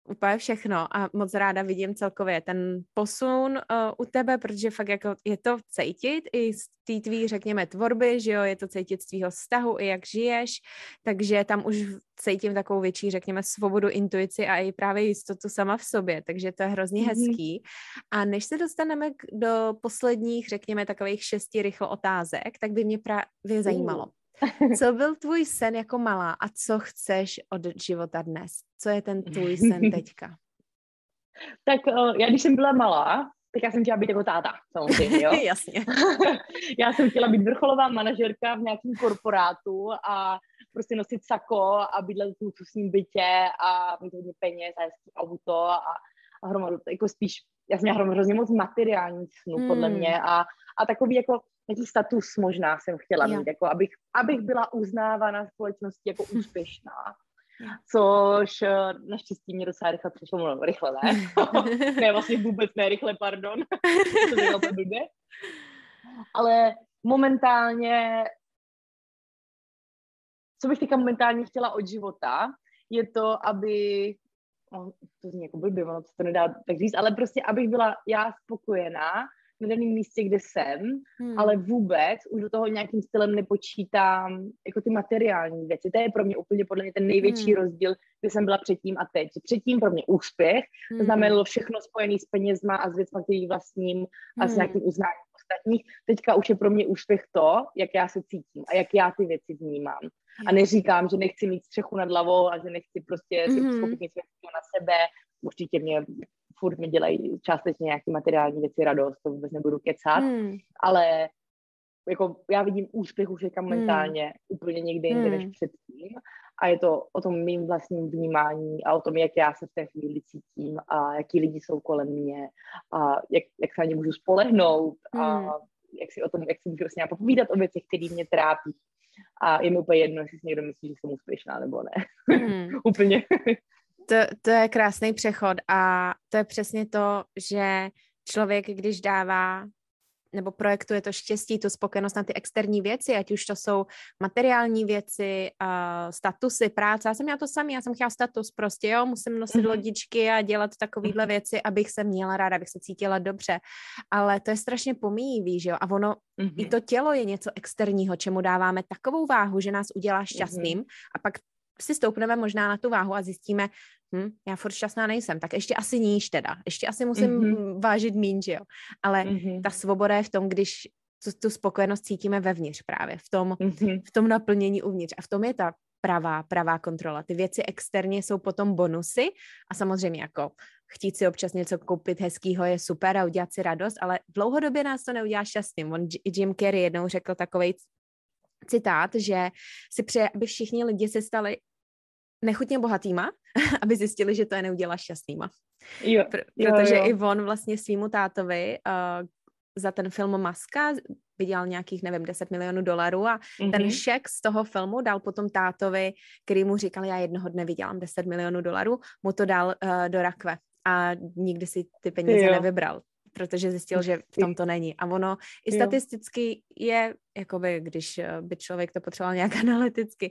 úplně všechno a moc ráda vidím celkově ten posun uh, u tebe, protože fakt jako je to cítit i z té tvý, řekněme, tvorby, že jo, je to cítit z tvýho vztahu i jak žiješ, takže tam už cítím takovou větší, řekněme, svobodu, intuici a i právě jistotu sama v sobě, takže to je hrozně mm-hmm. hezký. A než se dostaneme k, do posledních, řekněme, takových šesti rychlo otázek, tak by mě právě zajímalo, co byl tvůj sen jako malá a co chceš od života dnes? Co je ten tvůj sen teďka?
Tak já, když jsem byla malá, tak já jsem chtěla být jako táta, samozřejmě, jo?
Jasně.
Já jsem chtěla být vrcholová manažerka v nějakém korporátu a prostě nosit sako a bydlet v luxusním bytě a mít hodně peněz a hezký auto a, a hromadu, jako spíš, já jsem měla hrozně moc materiálních snů, mm. podle mě a, a takový jako nějaký status možná jsem chtěla mít, jako abych, abych byla uznávána v společnosti jako úspěšná. Což naštěstí mě docela rychle přišlo, no, rychle ne, ne, vlastně vůbec ne, rychle, pardon, to je úplně blbě. Ale momentálně, co bych teďka momentálně chtěla od života, je to, aby, oh, to zní jako blbě, ono to nedá tak říct, ale prostě, abych byla já spokojená na daném místě, kde jsem, hmm. ale vůbec už do toho nějakým stylem nepočítám jako ty materiální věci. To je pro mě úplně podle mě ten největší hmm. rozdíl, kde jsem byla předtím a teď. Předtím pro mě úspěch, hmm. to znamenalo všechno spojené s penězma a s věcmi, který vlastním hmm. a s nějakým uznáním ostatních. Teďka už je pro mě úspěch to, jak já se cítím a jak já ty věci vnímám. A neříkám, že nechci mít střechu nad hlavou a že nechci prostě si
Hmm.
schopit něco na sebe. Určitě mě furt mi dělají částečně nějaké materiální věci radost, to vůbec nebudu kecat, hmm. ale jako já vidím úspěch už mentálně hmm. úplně někde jinde hmm. než předtím a je to o tom mým vlastním vnímání a o tom, jak já se v té chvíli cítím a jaký lidi jsou kolem mě a jak, jak se na ně můžu spolehnout hmm. a jak si o tom, jak si můžu s ním popovídat o věcech, které mě trápí. A je mi úplně jedno, jestli si někdo myslí, že jsem úspěšná nebo ne. Hmm. Úplně.
To, to je krásný přechod a to je přesně to, že člověk, když dává nebo projektuje to štěstí, tu spokojenost na ty externí věci, ať už to jsou materiální věci, uh, statusy, práce. Já jsem měla to samý, já jsem chtěla status prostě, jo, musím nosit mm-hmm. lodičky a dělat takovýhle mm-hmm. věci, abych se měla ráda, abych se cítila dobře. Ale to je strašně pomíjivý, že jo, a ono, mm-hmm. i to tělo je něco externího, čemu dáváme takovou váhu, že nás udělá šťastným mm-hmm. a pak si stoupneme možná na tu váhu a zjistíme, hm, já furt šťastná nejsem, tak ještě asi níž teda, ještě asi musím mm-hmm. vážit míň, že jo. Ale mm-hmm. ta svoboda je v tom, když tu, tu spokojenost cítíme vevnitř právě, v tom, mm-hmm. v tom naplnění uvnitř. A v tom je ta pravá, pravá kontrola. Ty věci externě jsou potom bonusy a samozřejmě jako chtít si občas něco koupit hezkýho je super a udělat si radost, ale dlouhodobě nás to neudělá šťastným. On Jim Carrey jednou řekl takovej citát, že si přeje, aby všichni lidi se stali nechutně bohatýma, aby zjistili, že to je neudělá šťastnýma.
Jo,
Pr- protože
jo, jo.
i on vlastně svýmu tátovi uh, za ten film Maska vydělal nějakých, nevím, deset milionů dolarů a mm-hmm. ten šek z toho filmu dal potom tátovi, který mu říkal, já jednoho dne vydělám deset milionů dolarů, mu to dal uh, do rakve a nikdy si ty peníze jo. nevybral, protože zjistil, že v tom to není. A ono i statisticky je, jakoby, když by člověk to potřeboval nějak analyticky,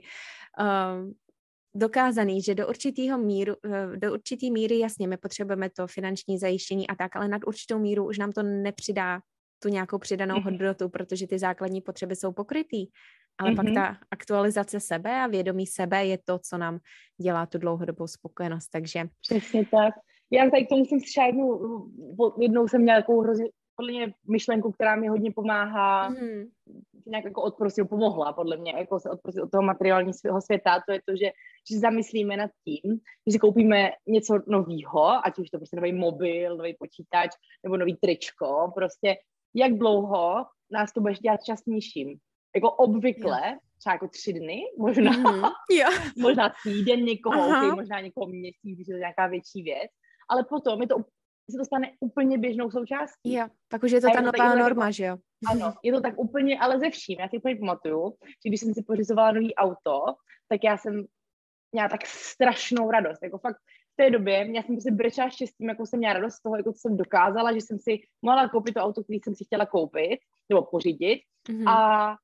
um, dokázaný, že do určitého míru, do určitý míry, jasně, my potřebujeme to finanční zajištění a tak, ale nad určitou míru už nám to nepřidá tu nějakou přidanou hodnotu, protože ty základní potřeby jsou pokrytý. Ale mm-hmm. pak ta aktualizace sebe a vědomí sebe je to, co nám dělá tu dlouhodobou spokojenost, takže...
Přesně tak. Já tady k tomu jsem třeba jednou, jednou jsem měla takovou hrozně, podle mě myšlenku, která mi hodně pomáhá, mm. nějak jako odprostit, pomohla podle mě, jako se odprostit od toho materiálního světa, to je to, že, že zamyslíme nad tím, že si koupíme něco novýho, ať už to prostě nový mobil, nový počítač, nebo nový tričko, prostě jak dlouho nás to bude dělat šťastnějším. Jako obvykle, yeah. třeba jako tři dny, možná, mm-hmm. yeah. možná týden někoho, okay, možná někoho měsíc, když je to nějaká věcí věc, ale potom je to, se to stane úplně běžnou součástí.
Jo, tak už je to ta nová norma, že jo?
Ano, je to tak úplně, ale ze vším. Já si úplně pamatuju, že když jsem si pořizovala nový auto, tak já jsem měla tak strašnou radost. Jako fakt v té době, já jsem prostě brečela štěstím, jako jsem měla radost z toho, jako jsem dokázala, že jsem si mohla koupit to auto, který jsem si chtěla koupit, nebo pořídit. Mm-hmm. A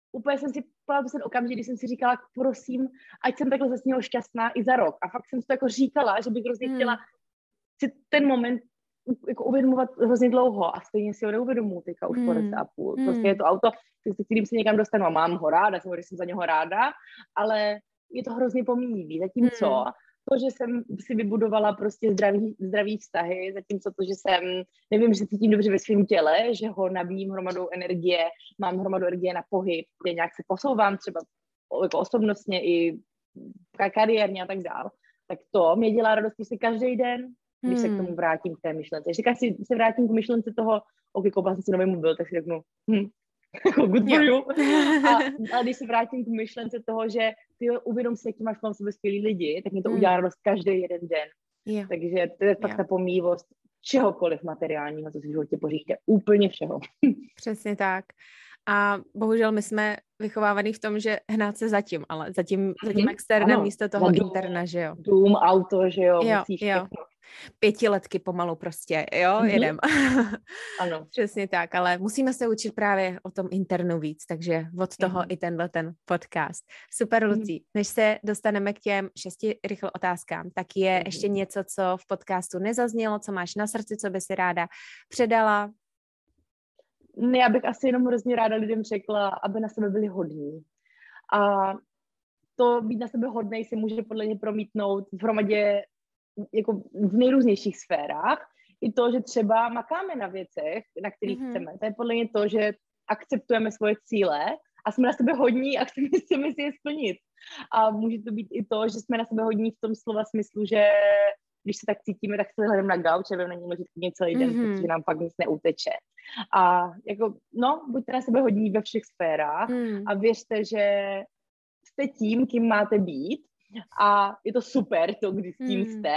úplně jsem si, pamatuju ten okamžik, kdy jsem si říkala, prosím, ať jsem takhle ze něho šťastná i za rok. A fakt jsem si to jako říkala, že bych hrozně hmm. chtěla si ten moment jako uvědomovat hrozně dlouho a stejně si ho neuvědomuji teďka už hmm. po roce a půl. Prostě je to auto, s kterým se někam dostanu a mám ho ráda, jsem, jsem za něho ráda, ale je to hrozně pomíjivý. Zatímco hmm. to, že jsem si vybudovala prostě zdravý, zdravý vztahy, zatímco to, že jsem, nevím, že cítím dobře ve svém těle, že ho nabíjím hromadou energie, mám hromadu energie na pohyb, kde nějak se posouvám třeba jako osobnostně i kariérně a tak dál, tak to mě dělá radost si každý den, když hmm. se k tomu vrátím k té myšlence. Když si se vrátím k myšlence toho, ok, koupila jsem si nový mobil, tak si řeknu, hm, good for you. A, a když se vrátím k myšlence toho, že ty uvědom si, jaký máš kolem sebe skvělý lidi, tak mi to hmm. udělá radost každý jeden den. Yeah. Takže to je fakt yeah. ta pomíjivost čehokoliv materiálního, co si v životě pořídíte. Úplně všeho.
Přesně tak. A bohužel my jsme vychovávaný v tom, že hnát se zatím, ale zatím, zatím mm-hmm. externa ano, místo toho dům, interna, že jo.
Dům, auto, že jo,
jo
musíš
jo. Pětiletky pomalu prostě, jo, mm-hmm. jedem.
Ano.
Přesně tak, ale musíme se učit právě o tom internu víc, takže od toho mm-hmm. i tenhle ten podcast. Super, Lucí. Mm-hmm. Než se dostaneme k těm šesti rychle otázkám, tak je mm-hmm. ještě něco, co v podcastu nezaznělo, co máš na srdci, co by si ráda předala?
Já bych asi jenom hrozně ráda lidem řekla, aby na sebe byli hodní. A to být na sebe hodnej se může podle mě promítnout v hromadě jako v nejrůznějších sférách. I to, že třeba makáme na věcech, na kterých mm-hmm. chceme. To je podle mě to, že akceptujeme svoje cíle a jsme na sebe hodní a chceme, chceme si je splnit. A může to být i to, že jsme na sebe hodní v tom slova smyslu, že když se tak cítíme, tak se hledám na gauč a jdem na ní ležet celý den, mm-hmm. protože nám fakt nic neuteče. A jako, no, buďte na sebe hodní ve všech sférách mm. a věřte, že jste tím, kým máte být a je to super to, když s tím mm. jste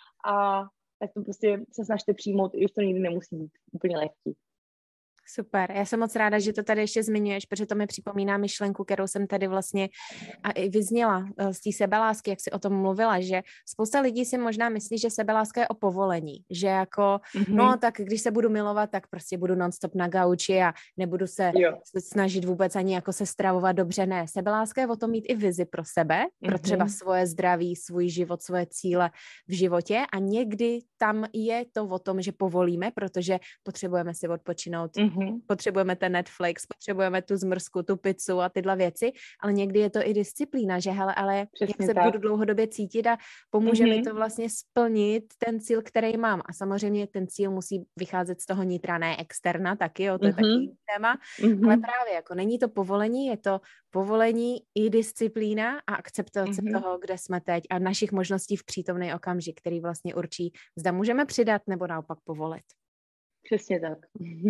a tak to prostě se snažte přijmout, i už to nikdy nemusí být úplně lehký.
Super, já jsem moc ráda, že to tady ještě zmiňuješ, protože to mi připomíná myšlenku, kterou jsem tady vlastně a i vyzněla z té sebelásky, jak jsi o tom mluvila, že spousta lidí si možná myslí, že sebeláska je o povolení, že jako, mm-hmm. no tak když se budu milovat, tak prostě budu non-stop na gauči a nebudu se jo. snažit vůbec ani jako se stravovat dobře, ne. Sebeláska je o tom mít i vizi pro sebe, mm-hmm. pro třeba svoje zdraví, svůj život, svoje cíle v životě a někdy tam je to o tom, že povolíme, protože potřebujeme si odpočinout, mm-hmm. potřebujeme ten Netflix, potřebujeme tu zmrzku, tu pizzu a tyhle věci, ale někdy je to i disciplína, že hele, ale přesně jak se tak. budu dlouhodobě cítit a pomůže mm-hmm. mi to vlastně splnit ten cíl, který mám. A samozřejmě ten cíl musí vycházet z toho nitra, ne externa, taky, jo, to je mm-hmm. taky téma, mm-hmm. ale právě jako není to povolení, je to povolení i disciplína a akceptace mm-hmm. toho, kde jsme teď a našich možností v přítomný okamžik, který vlastně určí, zda můžeme přidat nebo naopak povolit.
Přesně tak.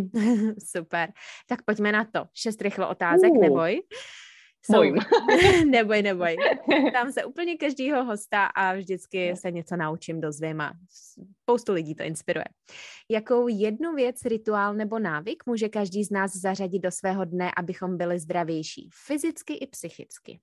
Super. Tak pojďme na to. Šest rychlo otázek, uh, neboj.
Jsou...
neboj, neboj. Tam se úplně každýho hosta a vždycky se něco naučím, dozvím a spoustu lidí to inspiruje. Jakou jednu věc, rituál nebo návyk může každý z nás zařadit do svého dne, abychom byli zdravější, fyzicky i psychicky?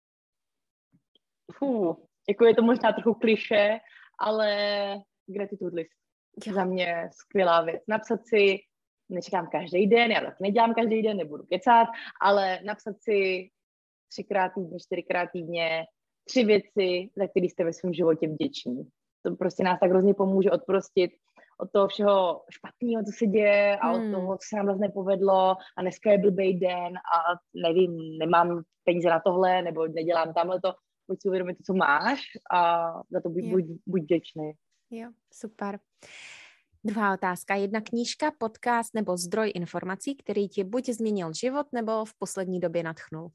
Fuh, jako je to možná trochu klišé, ale gratitude list. Jo. Za mě skvělá věc. Napsat si, nečekám každý den, já tak nedělám každý den, nebudu kecat, ale napsat si třikrát týdně, čtyřikrát týdně tři věci, za které jste ve svém životě vděční. To prostě nás tak hrozně pomůže odprostit od toho všeho špatného, co se děje a hmm. od toho, co se nám vlastně nepovedlo a dneska je blbej den a nevím, nemám peníze na tohle nebo nedělám tamhleto. Pojď si uvědomit to, co máš a za to buď, buď, buď vděčný.
Jo, super. Druhá otázka. Jedna knížka, podcast nebo zdroj informací, který ti buď změnil život, nebo v poslední době nadchnul?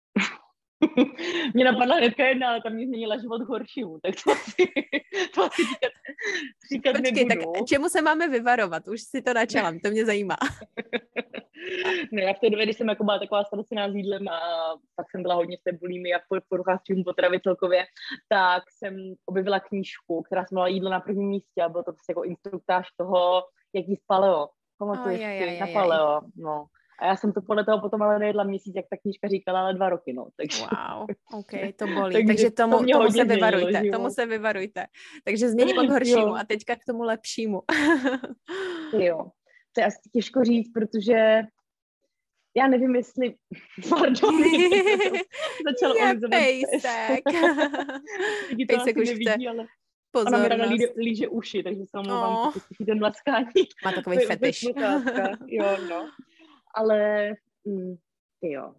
Mě napadla hnedka jedna, ale tam mě změnila život horšímu, tak to asi, to asi říkat, říkat
Počkej,
nebudu.
Tak čemu se máme vyvarovat? Už si to načala, to mě zajímá.
No já v té době, když jsem jako byla taková ztracená s jídlem a pak jsem byla hodně v té bulími a v poruchách příjmu potravy celkově, tak jsem objevila knížku, která se jmenovala Jídlo na prvním místě a bylo to prostě jako instruktáž toho, jak jíst paleo. Pamatuješ si na paleo, no. A já jsem to podle toho potom ale nejedla měsíc, jak ta knížka říkala, ale dva roky, no. Takže...
Wow, ok, to bolí. Takže, takže tomu, to tomu se vyvarujte, změnilo, tomu se vyvarujte. Takže změníme k horšímu a teďka k tomu lepšímu.
Jo, to je asi těžko říct, protože já nevím, jestli, pardon, začalo olizovat
pejsek.
Lidi to asi nevidí, ale ona mi ráda líže, líže uši, takže se omlouvám, oh. Pokud slyšíte mlaskání.
Má takový fetiš.
Jo, no. Ale, mm, jo.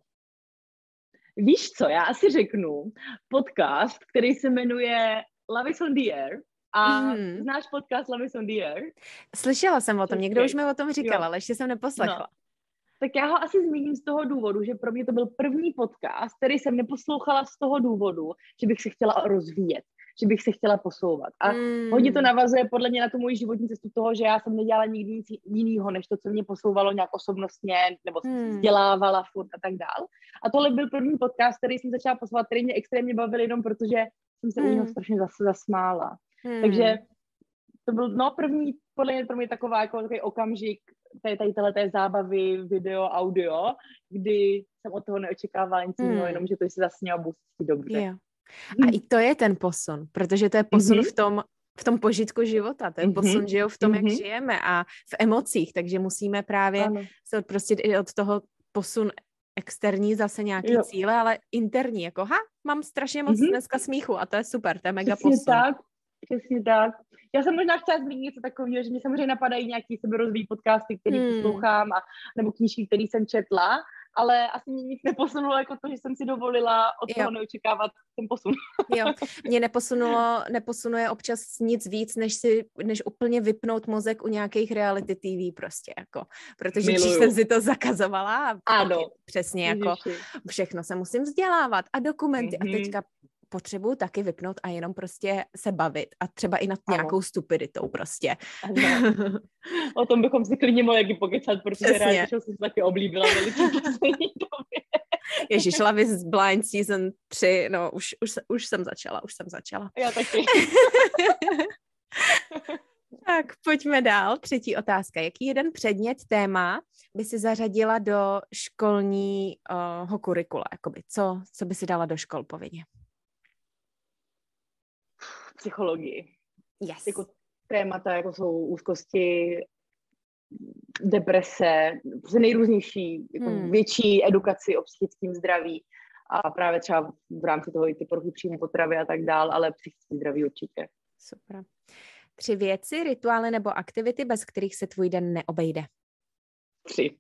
Víš co, já asi řeknu podcast, který se jmenuje Love is on the Air. A mm. znáš podcast Love is on the Air?
Slyšela jsem o tom, někdo už mi o tom říkal, jo. Ale ještě jsem neposlechla. No.
Tak já ho asi zmíním z toho důvodu, že pro mě to byl první podcast, který jsem neposlouchala z toho důvodu, že bych se chtěla rozvíjet, že bych se chtěla posouvat. A mm. hodně to navazuje podle mě na tu moji životní cestu toho, že já jsem nedělala nikdy nic jinýho, než to, co mě posouvalo nějak osobnostně, nebo jsem mm. vzdělávala furt a tak dál. A tohle byl první podcast, který jsem začala poslouchat, který mě extrémně bavil jenom protože jsem se mm. u něho strašně zase zasmála. Mm. Takže to byl no první, podle mě pro mě taková jako takový okamžik tady, tady téhleté zábavy, video, audio, kdy jsem od toho neočekávala nic jiného, mm. jenom že to se zasnělo a budu si dobře.
Yeah. A i to je ten posun, protože to je posun mm-hmm. v tom, v tom požitku života, to je mm-hmm. posun, že jo, v tom, mm-hmm. jak žijeme a v emocích, takže musíme právě ano. se odprostit i od toho posun externí zase nějaký jo. cíle, ale interní, jako ha, mám strašně moc mm-hmm. dneska smíchu a to je super, to je mega
přesně
posun.
Tak, přesně tak. Já jsem možná chtěla zmínit něco takového, že mě samozřejmě napadají nějaký seberozvíjí podcasty, který hmm. poslouchám, a, nebo knížky, které jsem četla, ale asi mě nic neposunulo jako to, že jsem si dovolila od jo. toho neočekávat ten posun.
Jo, mě neposunulo, neposunuje občas nic víc, než si, než úplně vypnout mozek u nějakých reality T V prostě, jako, protože když jsem si to zakazovala,
ano.
přesně jako všechno se musím vzdělávat a dokumenty mm-hmm. a teďka potřebuju taky vypnout a jenom prostě se bavit a třeba i nad ano. nějakou stupiditou prostě.
Ano. O tom bychom si klidně mohli pokecat, protože rádi, že jsem se taky oblíbila velice v poslední době.
Ježiš, Love is Blind season tři, no už, už, už jsem začala, už jsem začala.
Já taky.
Tak, pojďme dál. Třetí otázka. Jaký jeden předmět, téma by si zařadila do školního uh, kurikula? Jakoby, co, co by si dala do škol, povědě?
Psychologii.
Yes.
Jako témata, jako jsou úzkosti, deprese, prostě nejrůznější, jako hmm. větší edukaci o psychickém zdraví a právě třeba v rámci toho i ty poruchy příjmu potravy a tak dál, ale psychické zdraví určitě.
Super. Tři věci, rituály nebo aktivity, bez kterých se tvůj den neobejde?
Tři.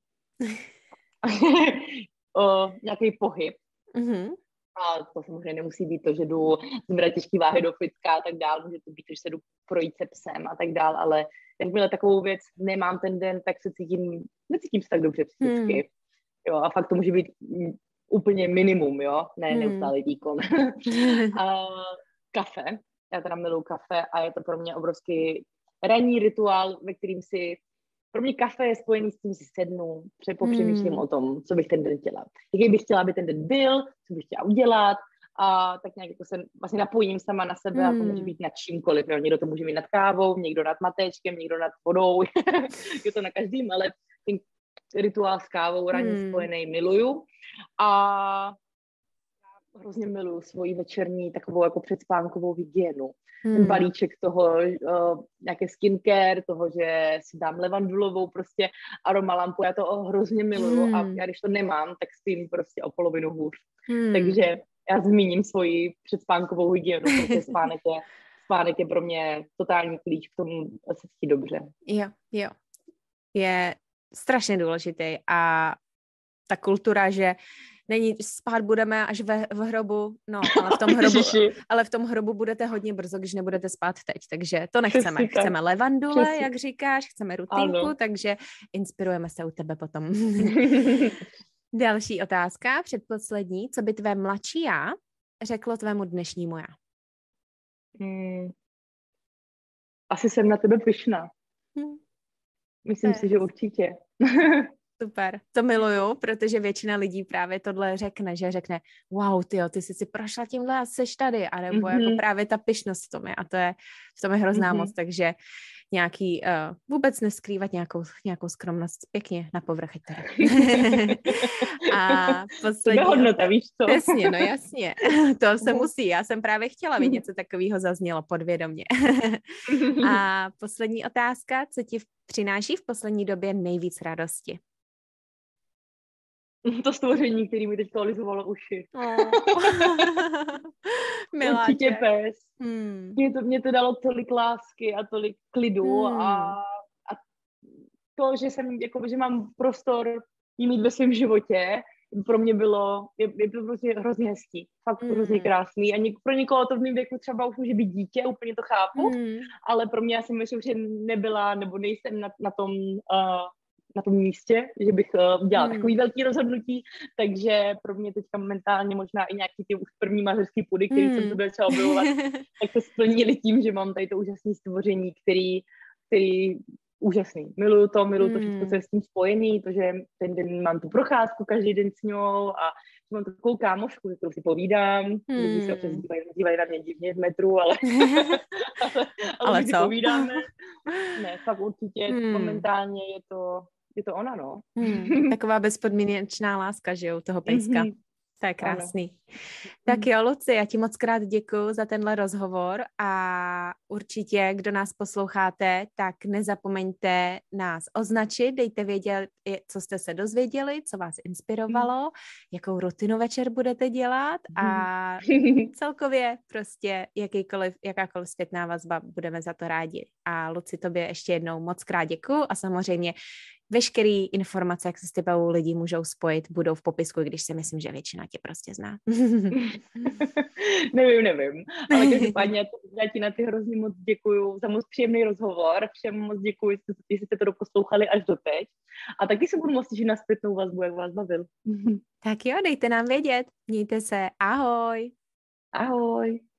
o, nějaký pohyb.
Mm-hmm.
A to samozřejmě nemusí být to, že jdu zbrat těžký váhy do fitka a tak dál, může to být, že se jdu projít se psem a tak dál, ale jakmile takovou věc nemám ten den, tak se cítím, necítím se tak dobře psychicky. Hmm. Jo, a fakt to může být úplně minimum, jo, ne hmm. neustálý výkon. A kafe, já teda miluji kafe a je to pro mě obrovský ranní rituál, ve kterým si pro mě kafe je spojený s tím, že si sednu, přepopřemýšlím hmm. o tom, co bych ten den chtěla. Jaký bych chtěla, aby ten den byl, co bych chtěla udělat a tak nějak jako se vlastně napojím sama na sebe hmm. a to může být nad čímkoliv. Jo. Někdo to může mít nad kávou, někdo nad matéčkem, někdo nad vodou. Je to na každým, ale ten rituál s kávou ranní hmm. spojený miluju. A hrozně miluju svoji večerní takovou jako předspánkovou hygienu. Hmm. Ten balíček toho, uh, nějaké skincare, toho, že si dám levandulovou prostě aromalampu, já to hrozně miluju hmm. a já když to nemám, tak spím prostě o polovinu hůř. Hmm. Takže já zmíním svoji předspánkovou hygienu, protože spánek je, spánek je pro mě totální klíč k tomu se cítit dobře.
Jo, jo. Je strašně důležitý a ta kultura, že není, spát budeme až ve, v hrobu, no, ale v tom hrobu, ale v tom hrobu budete hodně brzo, když nebudete spát teď, takže to nechceme. Přesně chceme levandule, Přesně. jak říkáš, chceme rutinku, ano. takže inspirujeme se u tebe potom. Další otázka, předposlední, co by tvé mladší já řeklo tvému dnešnímu já?
Hmm. Asi jsem na tebe pyšná. Hmm. Myslím si, že určitě.
Super, to miluju, protože většina lidí právě tohle řekne, že řekne, wow, tyjo, ty jsi si prošla tímhle a seš tady, anebo mm-hmm. jako právě ta pyšnost v tom je, a to je, v tom je hrozná mm-hmm. moc, takže nějaký, uh, vůbec neskrývat nějakou, nějakou skromnost, pěkně na povrch teda. A poslední...
hodnota, víš co?
Přesně, no jasně, to se musí, já jsem právě chtěla, aby něco takového zaznělo podvědomě. A poslední otázka, co ti přináší v poslední době nejvíc radosti?
To stvoření, který mi teď kolizovalo uši.
Oh.
Určitě pes.
Hmm.
Mě, to, mě to dalo tolik lásky a tolik klidu
hmm.
a, a to, že jsem, jako, že mám prostor jí mít ve svém životě, pro mě bylo, je, je to prostě hrozně hezký, fakt
Hmm.
hrozně krásný a něk, pro někoho to v mém věku třeba už může být dítě, úplně to chápu,
hmm. ale
pro mě já si myslím, že nebyla, nebo nejsem na, na tom uh, na tom místě, že bych uh, udělala hmm. takový velký rozhodnutí, takže pro mě teďka momentálně možná i nějaký ty už první mateřský půdy, který hmm. jsem to začala objevovat, tak se splnili tím, že mám tady to úžasné stvoření, který, který úžasný. Miluju to, miluju to všechno, co je s tím spojený, to, že ten den mám tu procházku každý den s ňou a že mám takovou kámošku, kterou si povídám, hmm. lidi se občas dívají, dívají na mě divně z metru, ale, ale, ale, ale my si povídáme. Ne, fakt určitě hmm. momentálně je to je to ona, no.
Hmm, taková bezpodmínečná láska, že jo, toho pejska. Mm-hmm. To je krásný. Ano. Tak jo, Luci, já ti moc krát děkuju za tenhle rozhovor a určitě, kdo nás posloucháte, tak nezapomeňte nás označit, dejte vědět, co jste se dozvěděli, co vás inspirovalo, mm. jakou rutinu večer budete dělat a celkově prostě jakýkoliv, jakákoliv zpětná vazba, budeme za to rádi. A Luci, tobě ještě jednou moc krát děkuju a samozřejmě veškeré informace, jak se s tebou lidi můžou spojit, budou v popisku, když si myslím, že většina tě prostě zná.
nevím, nevím. Ale každopádně já ti na ty hrozně moc děkuju za moc příjemný rozhovor. Všem moc děkuju, jestli jste to doposlouchali až do teď. A taky se budu moc těšit na zpětnou vazbu, jak vás bavil.
Tak jo, dejte nám vědět. Mějte se. Ahoj.
Ahoj.